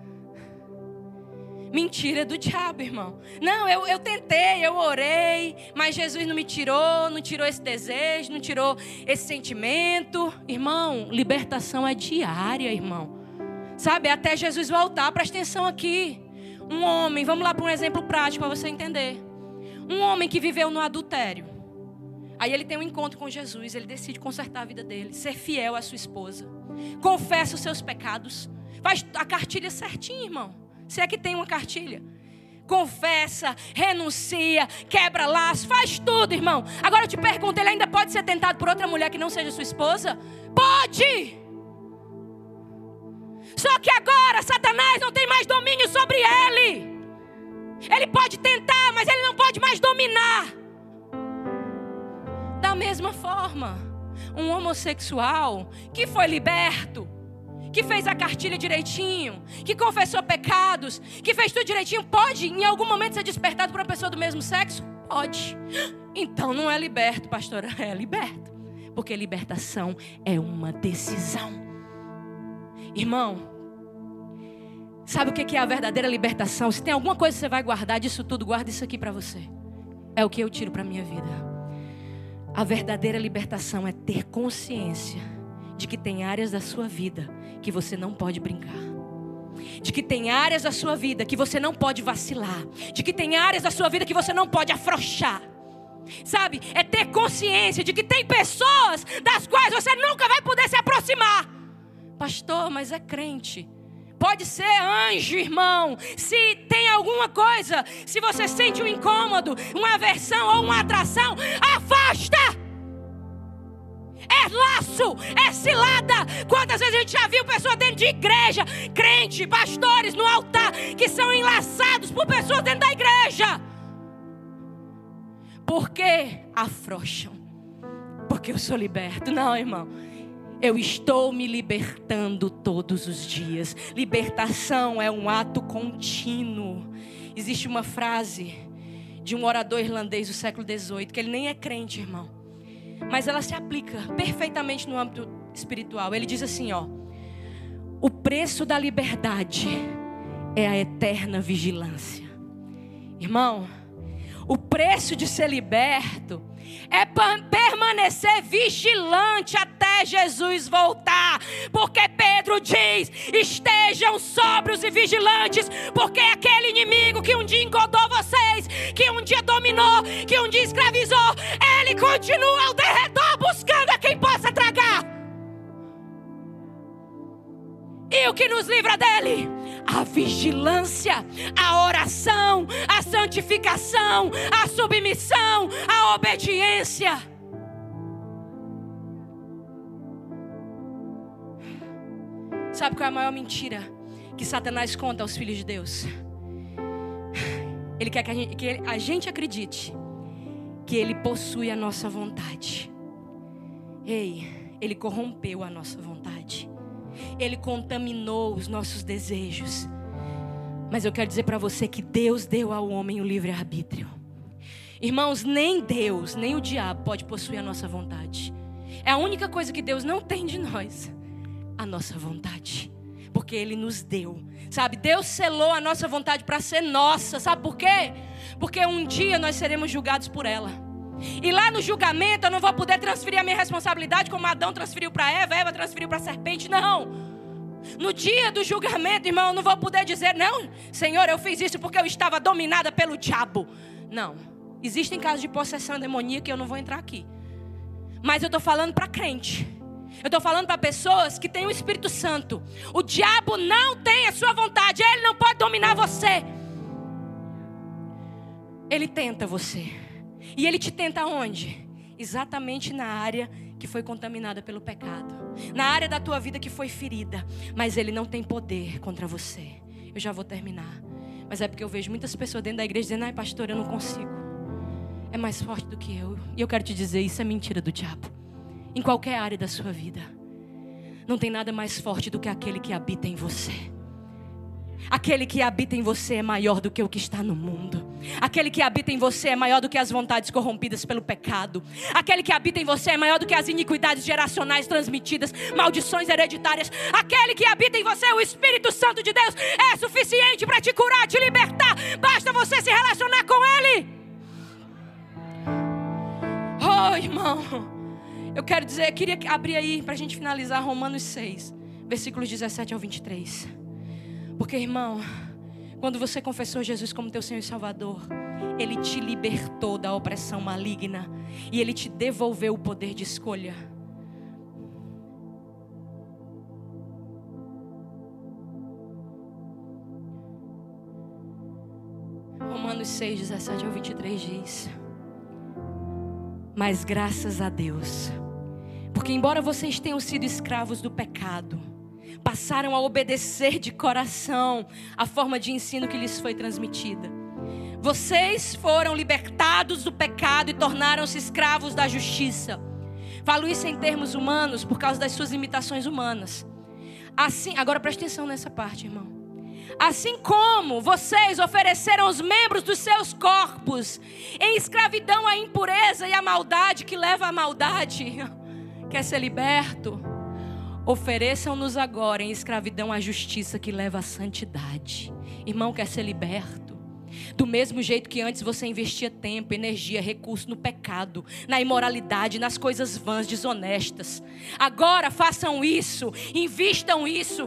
[SPEAKER 1] Mentira do diabo, irmão. Não, eu tentei, eu orei, mas Jesus não me tirou, não tirou esse desejo, não tirou esse sentimento. Irmão, libertação é diária, irmão. Sabe, até Jesus voltar, presta atenção aqui. Um homem, vamos lá para um exemplo prático para você entender. Um homem que viveu no adultério. Aí ele tem um encontro com Jesus, ele decide consertar a vida dele, ser fiel à sua esposa. Confessa os seus pecados. Faz a cartilha certinho, irmão. Se é que tem uma cartilha. Confessa, renuncia, quebra laço, faz tudo, irmão. Agora eu te pergunto, ele ainda pode ser tentado por outra mulher que não seja sua esposa? Pode! Só que agora Satanás não tem mais domínio sobre ele. Ele pode tentar, mas ele não pode mais dominar. Da mesma forma, um homossexual que foi liberto, que fez a cartilha direitinho, que confessou pecados, que fez tudo direitinho, pode em algum momento ser despertado por uma pessoa do mesmo sexo? Pode. Então não é liberto, pastora, é liberto. Porque libertação é uma decisão. Irmão, sabe o que é a verdadeira libertação? Se tem alguma coisa que você vai guardar disso tudo, guarda isso aqui para você. É o que eu tiro para minha vida. A verdadeira libertação é ter consciência de que tem áreas da sua vida que você não pode brincar. De que tem áreas da sua vida que você não pode vacilar. De que tem áreas da sua vida que você não pode afrouxar. Sabe? É ter consciência de que tem pessoas das quais você nunca vai poder se aproximar. Pastor, mas é crente. Pode ser anjo, irmão. Se tem alguma coisa, se você sente um incômodo, uma aversão ou uma atração, afasta. É laço, é cilada. Quantas vezes a gente já viu pessoas dentro de igreja, crente, pastores no altar, que são enlaçados por pessoas dentro da igreja. Por que afrouxam? Porque eu sou liberto. Não, irmão. Eu estou me libertando todos os dias. Libertação é um ato contínuo. Existe uma frase de um orador irlandês do século XVIII, que ele nem é crente, irmão, mas ela se aplica perfeitamente no âmbito espiritual. Ele diz assim, ó: o preço da liberdade é a eterna vigilância. Irmão, o preço de ser liberto é permanecer vigilante até Jesus voltar. Porque Pedro diz: estejam sóbrios e vigilantes, porque aquele inimigo que um dia engodou vocês, que um dia dominou, que um dia escravizou, ele continua ao derredor buscando a quem possa tragar. E o que nos livra dele? A vigilância, a oração, a santificação, a submissão, a obediência. Sabe qual é a maior mentira que Satanás conta aos filhos de Deus? Ele quer que a gente acredite que ele possui a nossa vontade. Ei, ele corrompeu a nossa vontade. Ele contaminou os nossos desejos. Mas eu quero dizer para você que Deus deu ao homem o livre-arbítrio. Irmãos, nem Deus, nem o diabo pode possuir a nossa vontade. É a única coisa que Deus não tem de nós: a nossa vontade. Porque Ele nos deu. Sabe, Deus selou a nossa vontade para ser nossa. Sabe por quê? Porque um dia nós seremos julgados por ela. E lá no julgamento eu não vou poder transferir a minha responsabilidade como Adão transferiu para Eva, Eva transferiu para a serpente. Não. No dia do julgamento, irmão, eu não vou poder dizer: não, Senhor, eu fiz isso porque eu estava dominada pelo diabo. Não. Existem casos de possessão demoníaca e eu não vou entrar aqui. Mas eu estou falando para crente. Eu estou falando para pessoas que têm o Espírito Santo. O diabo não tem a sua vontade. Ele não pode dominar você. Ele tenta você. E ele te tenta onde? Exatamente na área que foi contaminada pelo pecado. Na área da tua vida que foi ferida. Mas ele não tem poder contra você. Eu já vou terminar. Mas é porque eu vejo muitas pessoas dentro da igreja dizendo: ai, pastor, eu não consigo. É mais forte do que eu. E eu quero te dizer, isso é mentira do diabo. Em qualquer área da sua vida. Não tem nada mais forte do que aquele que habita em você. Aquele que habita em você é maior do que o que está no mundo. Aquele que habita em você é maior do que as vontades corrompidas pelo pecado. Aquele que habita em você é maior do que as iniquidades geracionais transmitidas, maldições hereditárias. Aquele que habita em você, o Espírito Santo de Deus, é suficiente para te curar, te libertar. Basta você se relacionar com Ele. Oh, irmão, eu quero dizer, queria abrir aí para a gente finalizar Romanos 6, versículos 17 ao 23. Porque, irmão, Quando você confessou Jesus como teu Senhor e Salvador, Ele te libertou da opressão maligna e Ele te devolveu o poder de escolha. Romanos 6, 17 ao 23 diz: mas graças a Deus, porque embora vocês tenham sido escravos do pecado, passaram a obedecer de coração a forma de ensino que lhes foi transmitida. Vocês foram libertados do pecado e tornaram-se escravos da justiça. Falo isso em termos humanos por causa das suas limitações humanas. Assim, agora preste atenção nessa parte, irmão. Assim como vocês ofereceram os membros dos seus corpos em escravidão à impureza e à maldade que leva à maldade, quer ser liberto? Ofereçam-nos agora em escravidão à justiça que leva à santidade. Irmão, quer ser liberto? Do mesmo jeito que antes você investia tempo, energia, recurso no pecado, na imoralidade, nas coisas vãs, desonestas. Agora façam isso, invistam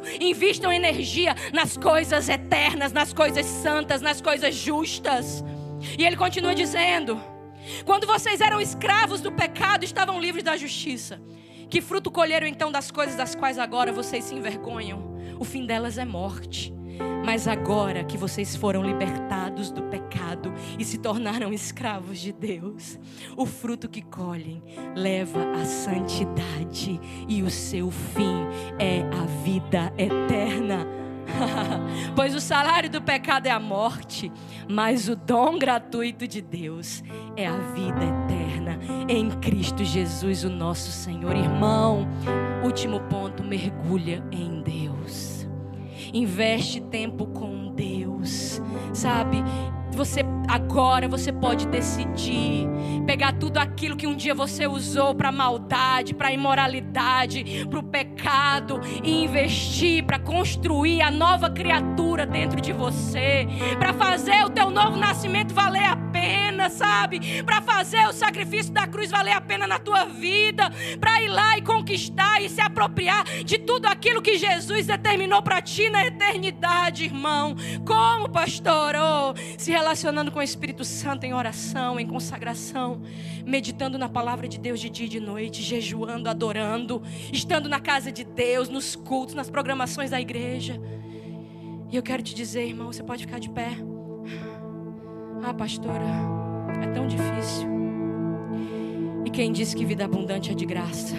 [SPEAKER 1] energia nas coisas eternas, nas coisas santas, nas coisas justas. E ele continua dizendo: quando vocês eram escravos do pecado, estavam livres da justiça. Que fruto colheram então das coisas das quais agora vocês se envergonham? O fim delas é morte. Mas agora que vocês foram libertados do pecado e se tornaram escravos de Deus, o fruto que colhem leva à santidade e o seu fim é a vida eterna. Pois o salário do pecado é a morte, mas o dom gratuito de Deus é a vida eterna em Cristo Jesus, o nosso Senhor. Irmão, último ponto, mergulha em Deus. Investe tempo com Deus, sabe? Agora você pode decidir pegar tudo aquilo que um dia você usou para maldade, para imoralidade, para o pecado, e investir para construir a nova criatura dentro de você, para fazer o teu novo nascimento valer a pena, sabe? Para fazer o sacrifício da cruz valer a pena na tua vida, para ir lá e conquistar e se apropriar de tudo aquilo que Jesus determinou para ti na eternidade, irmão. Como, pastor? Se relacionando com o Espírito Santo em oração, em consagração, meditando na palavra de Deus de dia e de noite, jejuando, adorando, estando na casa de Deus, nos cultos, nas programações da igreja. E eu quero te dizer, irmão, você pode ficar de pé. Ah, pastora, é tão difícil. E quem disse que vida abundante é de graça?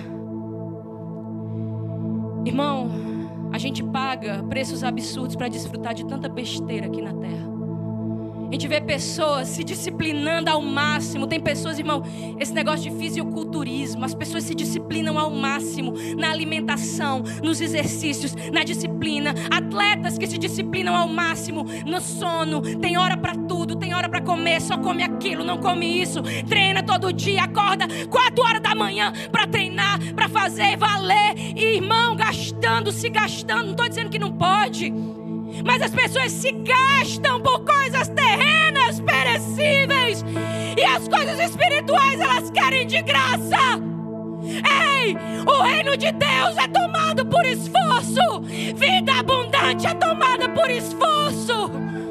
[SPEAKER 1] Irmão, a gente paga preços absurdos para desfrutar de tanta besteira aqui na terra. A gente vê pessoas se disciplinando ao máximo. Tem pessoas, irmão, esse negócio de fisiculturismo, as pessoas se disciplinam ao máximo na alimentação, nos exercícios, na disciplina. Atletas que se disciplinam ao máximo no sono. Tem hora para tudo, tem hora para comer, só come aquilo, não come isso. Treina todo dia, acorda 4 horas da manhã para treinar, para fazer valer. E, irmão, se gastando, não estou dizendo que não pode. Mas as pessoas se gastam por coisas terrenas, perecíveis. E as coisas espirituais elas querem de graça. Ei, o reino de Deus é tomado por esforço. Vida abundante é tomada por esforço.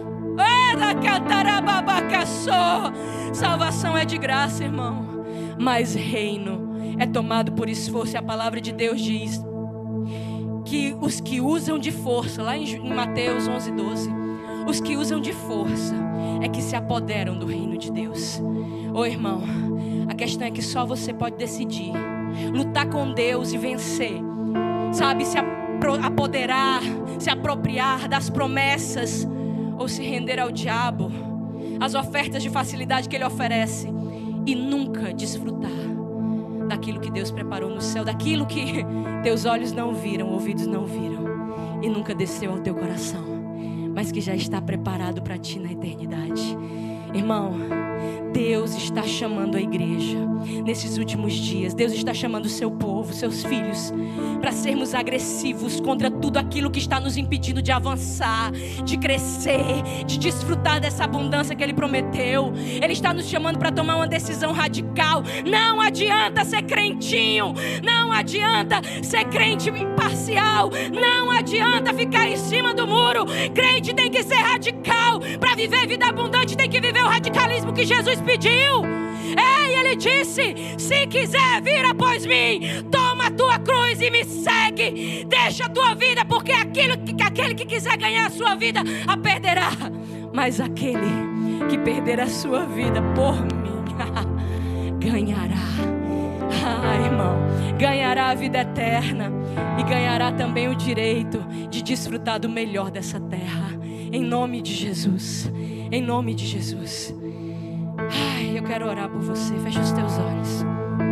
[SPEAKER 1] Salvação é de graça, irmão. Mas reino é tomado por esforço. E a palavra de Deus diz que os que usam de força, lá em Mateus 11:12, os que usam de força é que se apoderam do reino de Deus. Ô irmão, a questão é que só você pode decidir lutar com Deus e vencer, sabe? Se apoderar, se apropriar das promessas, ou se render ao diabo, as ofertas de facilidade que ele oferece, e nunca desfrutar daquilo que Deus preparou no céu, daquilo que teus olhos não viram, ouvidos não viram e nunca desceu ao teu coração, mas que já está preparado para ti na eternidade. Irmão, Deus Deus está chamando a igreja nesses últimos dias. Deus está chamando o seu povo, seus filhos, para sermos agressivos contra tudo aquilo que está nos impedindo de avançar, de crescer, de desfrutar dessa abundância que Ele prometeu. Ele está nos chamando para tomar uma decisão radical. Não adianta ser crentinho, não adianta ser crente imparcial, não adianta ficar em cima do muro. Crente tem que ser radical. Para viver vida abundante tem que viver o radicalismo que Jesus pediu. Ei, Ele disse: se quiser vir após mim, toma a tua cruz e me segue. Deixa a tua vida, porque aquele que quiser ganhar a sua vida a perderá, mas aquele que perder a sua vida por mim ganhará. Irmão, ganhará a vida eterna e ganhará também o direito de desfrutar do melhor dessa terra. Em nome de Jesus, em nome de Jesus. Eu quero orar por você. Fecha os teus olhos.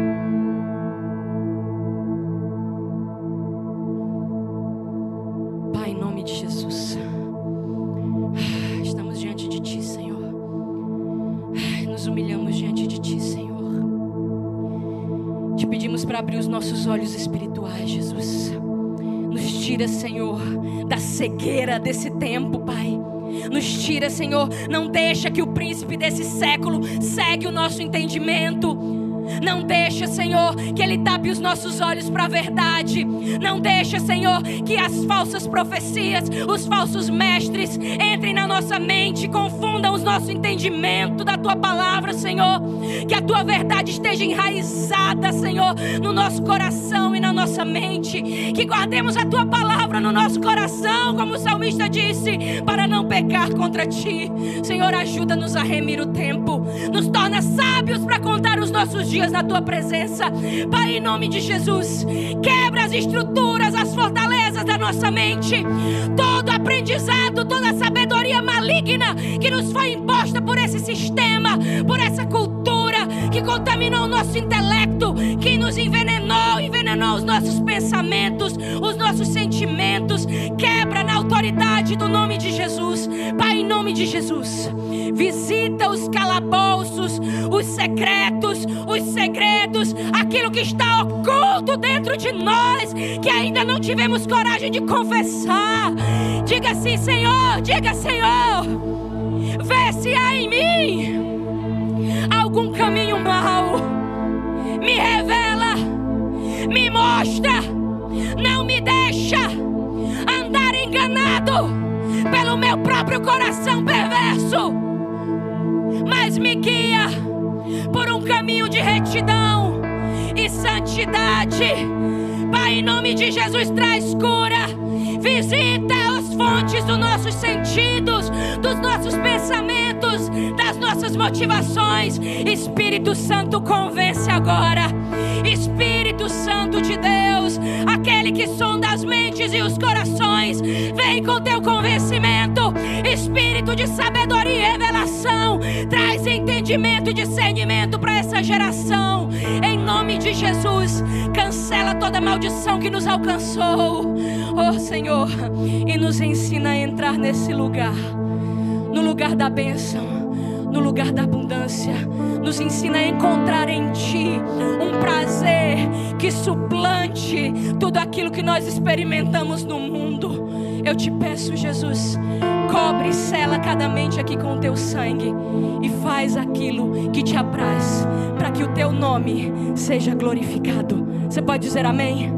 [SPEAKER 1] Pai, em nome de Jesus, estamos diante de Ti, Senhor. Nos humilhamos diante de Ti, Senhor. Te pedimos para abrir os nossos olhos espirituais, Jesus. Nos tira, Senhor, da cegueira desse tempo, Pai. Nos tira, Senhor. Não deixa que o príncipe desse século cegue o nosso entendimento. Não deixa, Senhor, que Ele tape os nossos olhos para a verdade. Não deixa, Senhor, que as falsas profecias, os falsos mestres entrem na nossa mente, confundam o nosso entendimento da Tua palavra, Senhor. Que a Tua verdade esteja enraizada, Senhor, no nosso coração e na nossa mente. Que guardemos a Tua palavra no nosso coração, como o salmista disse, para não pecar contra Ti. Senhor, ajuda-nos a remir o tempo. Nos torna sábios para contar os nossos dias na Tua presença. Pai, em nome de Jesus, quebra as estruturas, as fortalezas da nossa mente. Todo aprendizado, toda sabedoria maligna que nos foi imposta por esse sistema, por essa cultura que contaminou o nosso intelecto, que nos envenenou os nossos pensamentos, os nossos sentimentos. Quebra na autoridade do nome de Jesus. Pai, em nome de Jesus, visita os calabouços, os secretos, os segredos, aquilo que está oculto dentro de nós, que ainda não tivemos coragem de confessar. Diga assim: Senhor, diga: Senhor, vê se há em mim algum caminho mau. Me revela, me mostra. Não me deixa andar enganado pelo meu próprio coração perverso, mas me guia por um caminho de retidão e santidade. Pai, em nome de Jesus, traz cura. Visita as fontes dos nossos sentidos, dos nossos pensamentos, das nossas motivações. Espírito Santo, convence agora. Espírito Santo de Deus, aquele que sonda as mentes e os corações, vem com teu convencimento. Espírito de sabedoria e revelação, traz entendimento e discernimento para essa geração. Em nome de Jesus, cancela toda maldição que nos alcançou, oh Senhor, e nos ensina a entrar nesse lugar, no lugar da bênção, no lugar da abundância. Nos ensina a encontrar em Ti um prazer que suplante tudo aquilo que nós experimentamos no mundo. Eu te peço, Jesus, cobre e sela cada mente aqui com o Teu sangue e faz aquilo que Te apraz, para que o Teu nome seja glorificado. Você pode dizer amém?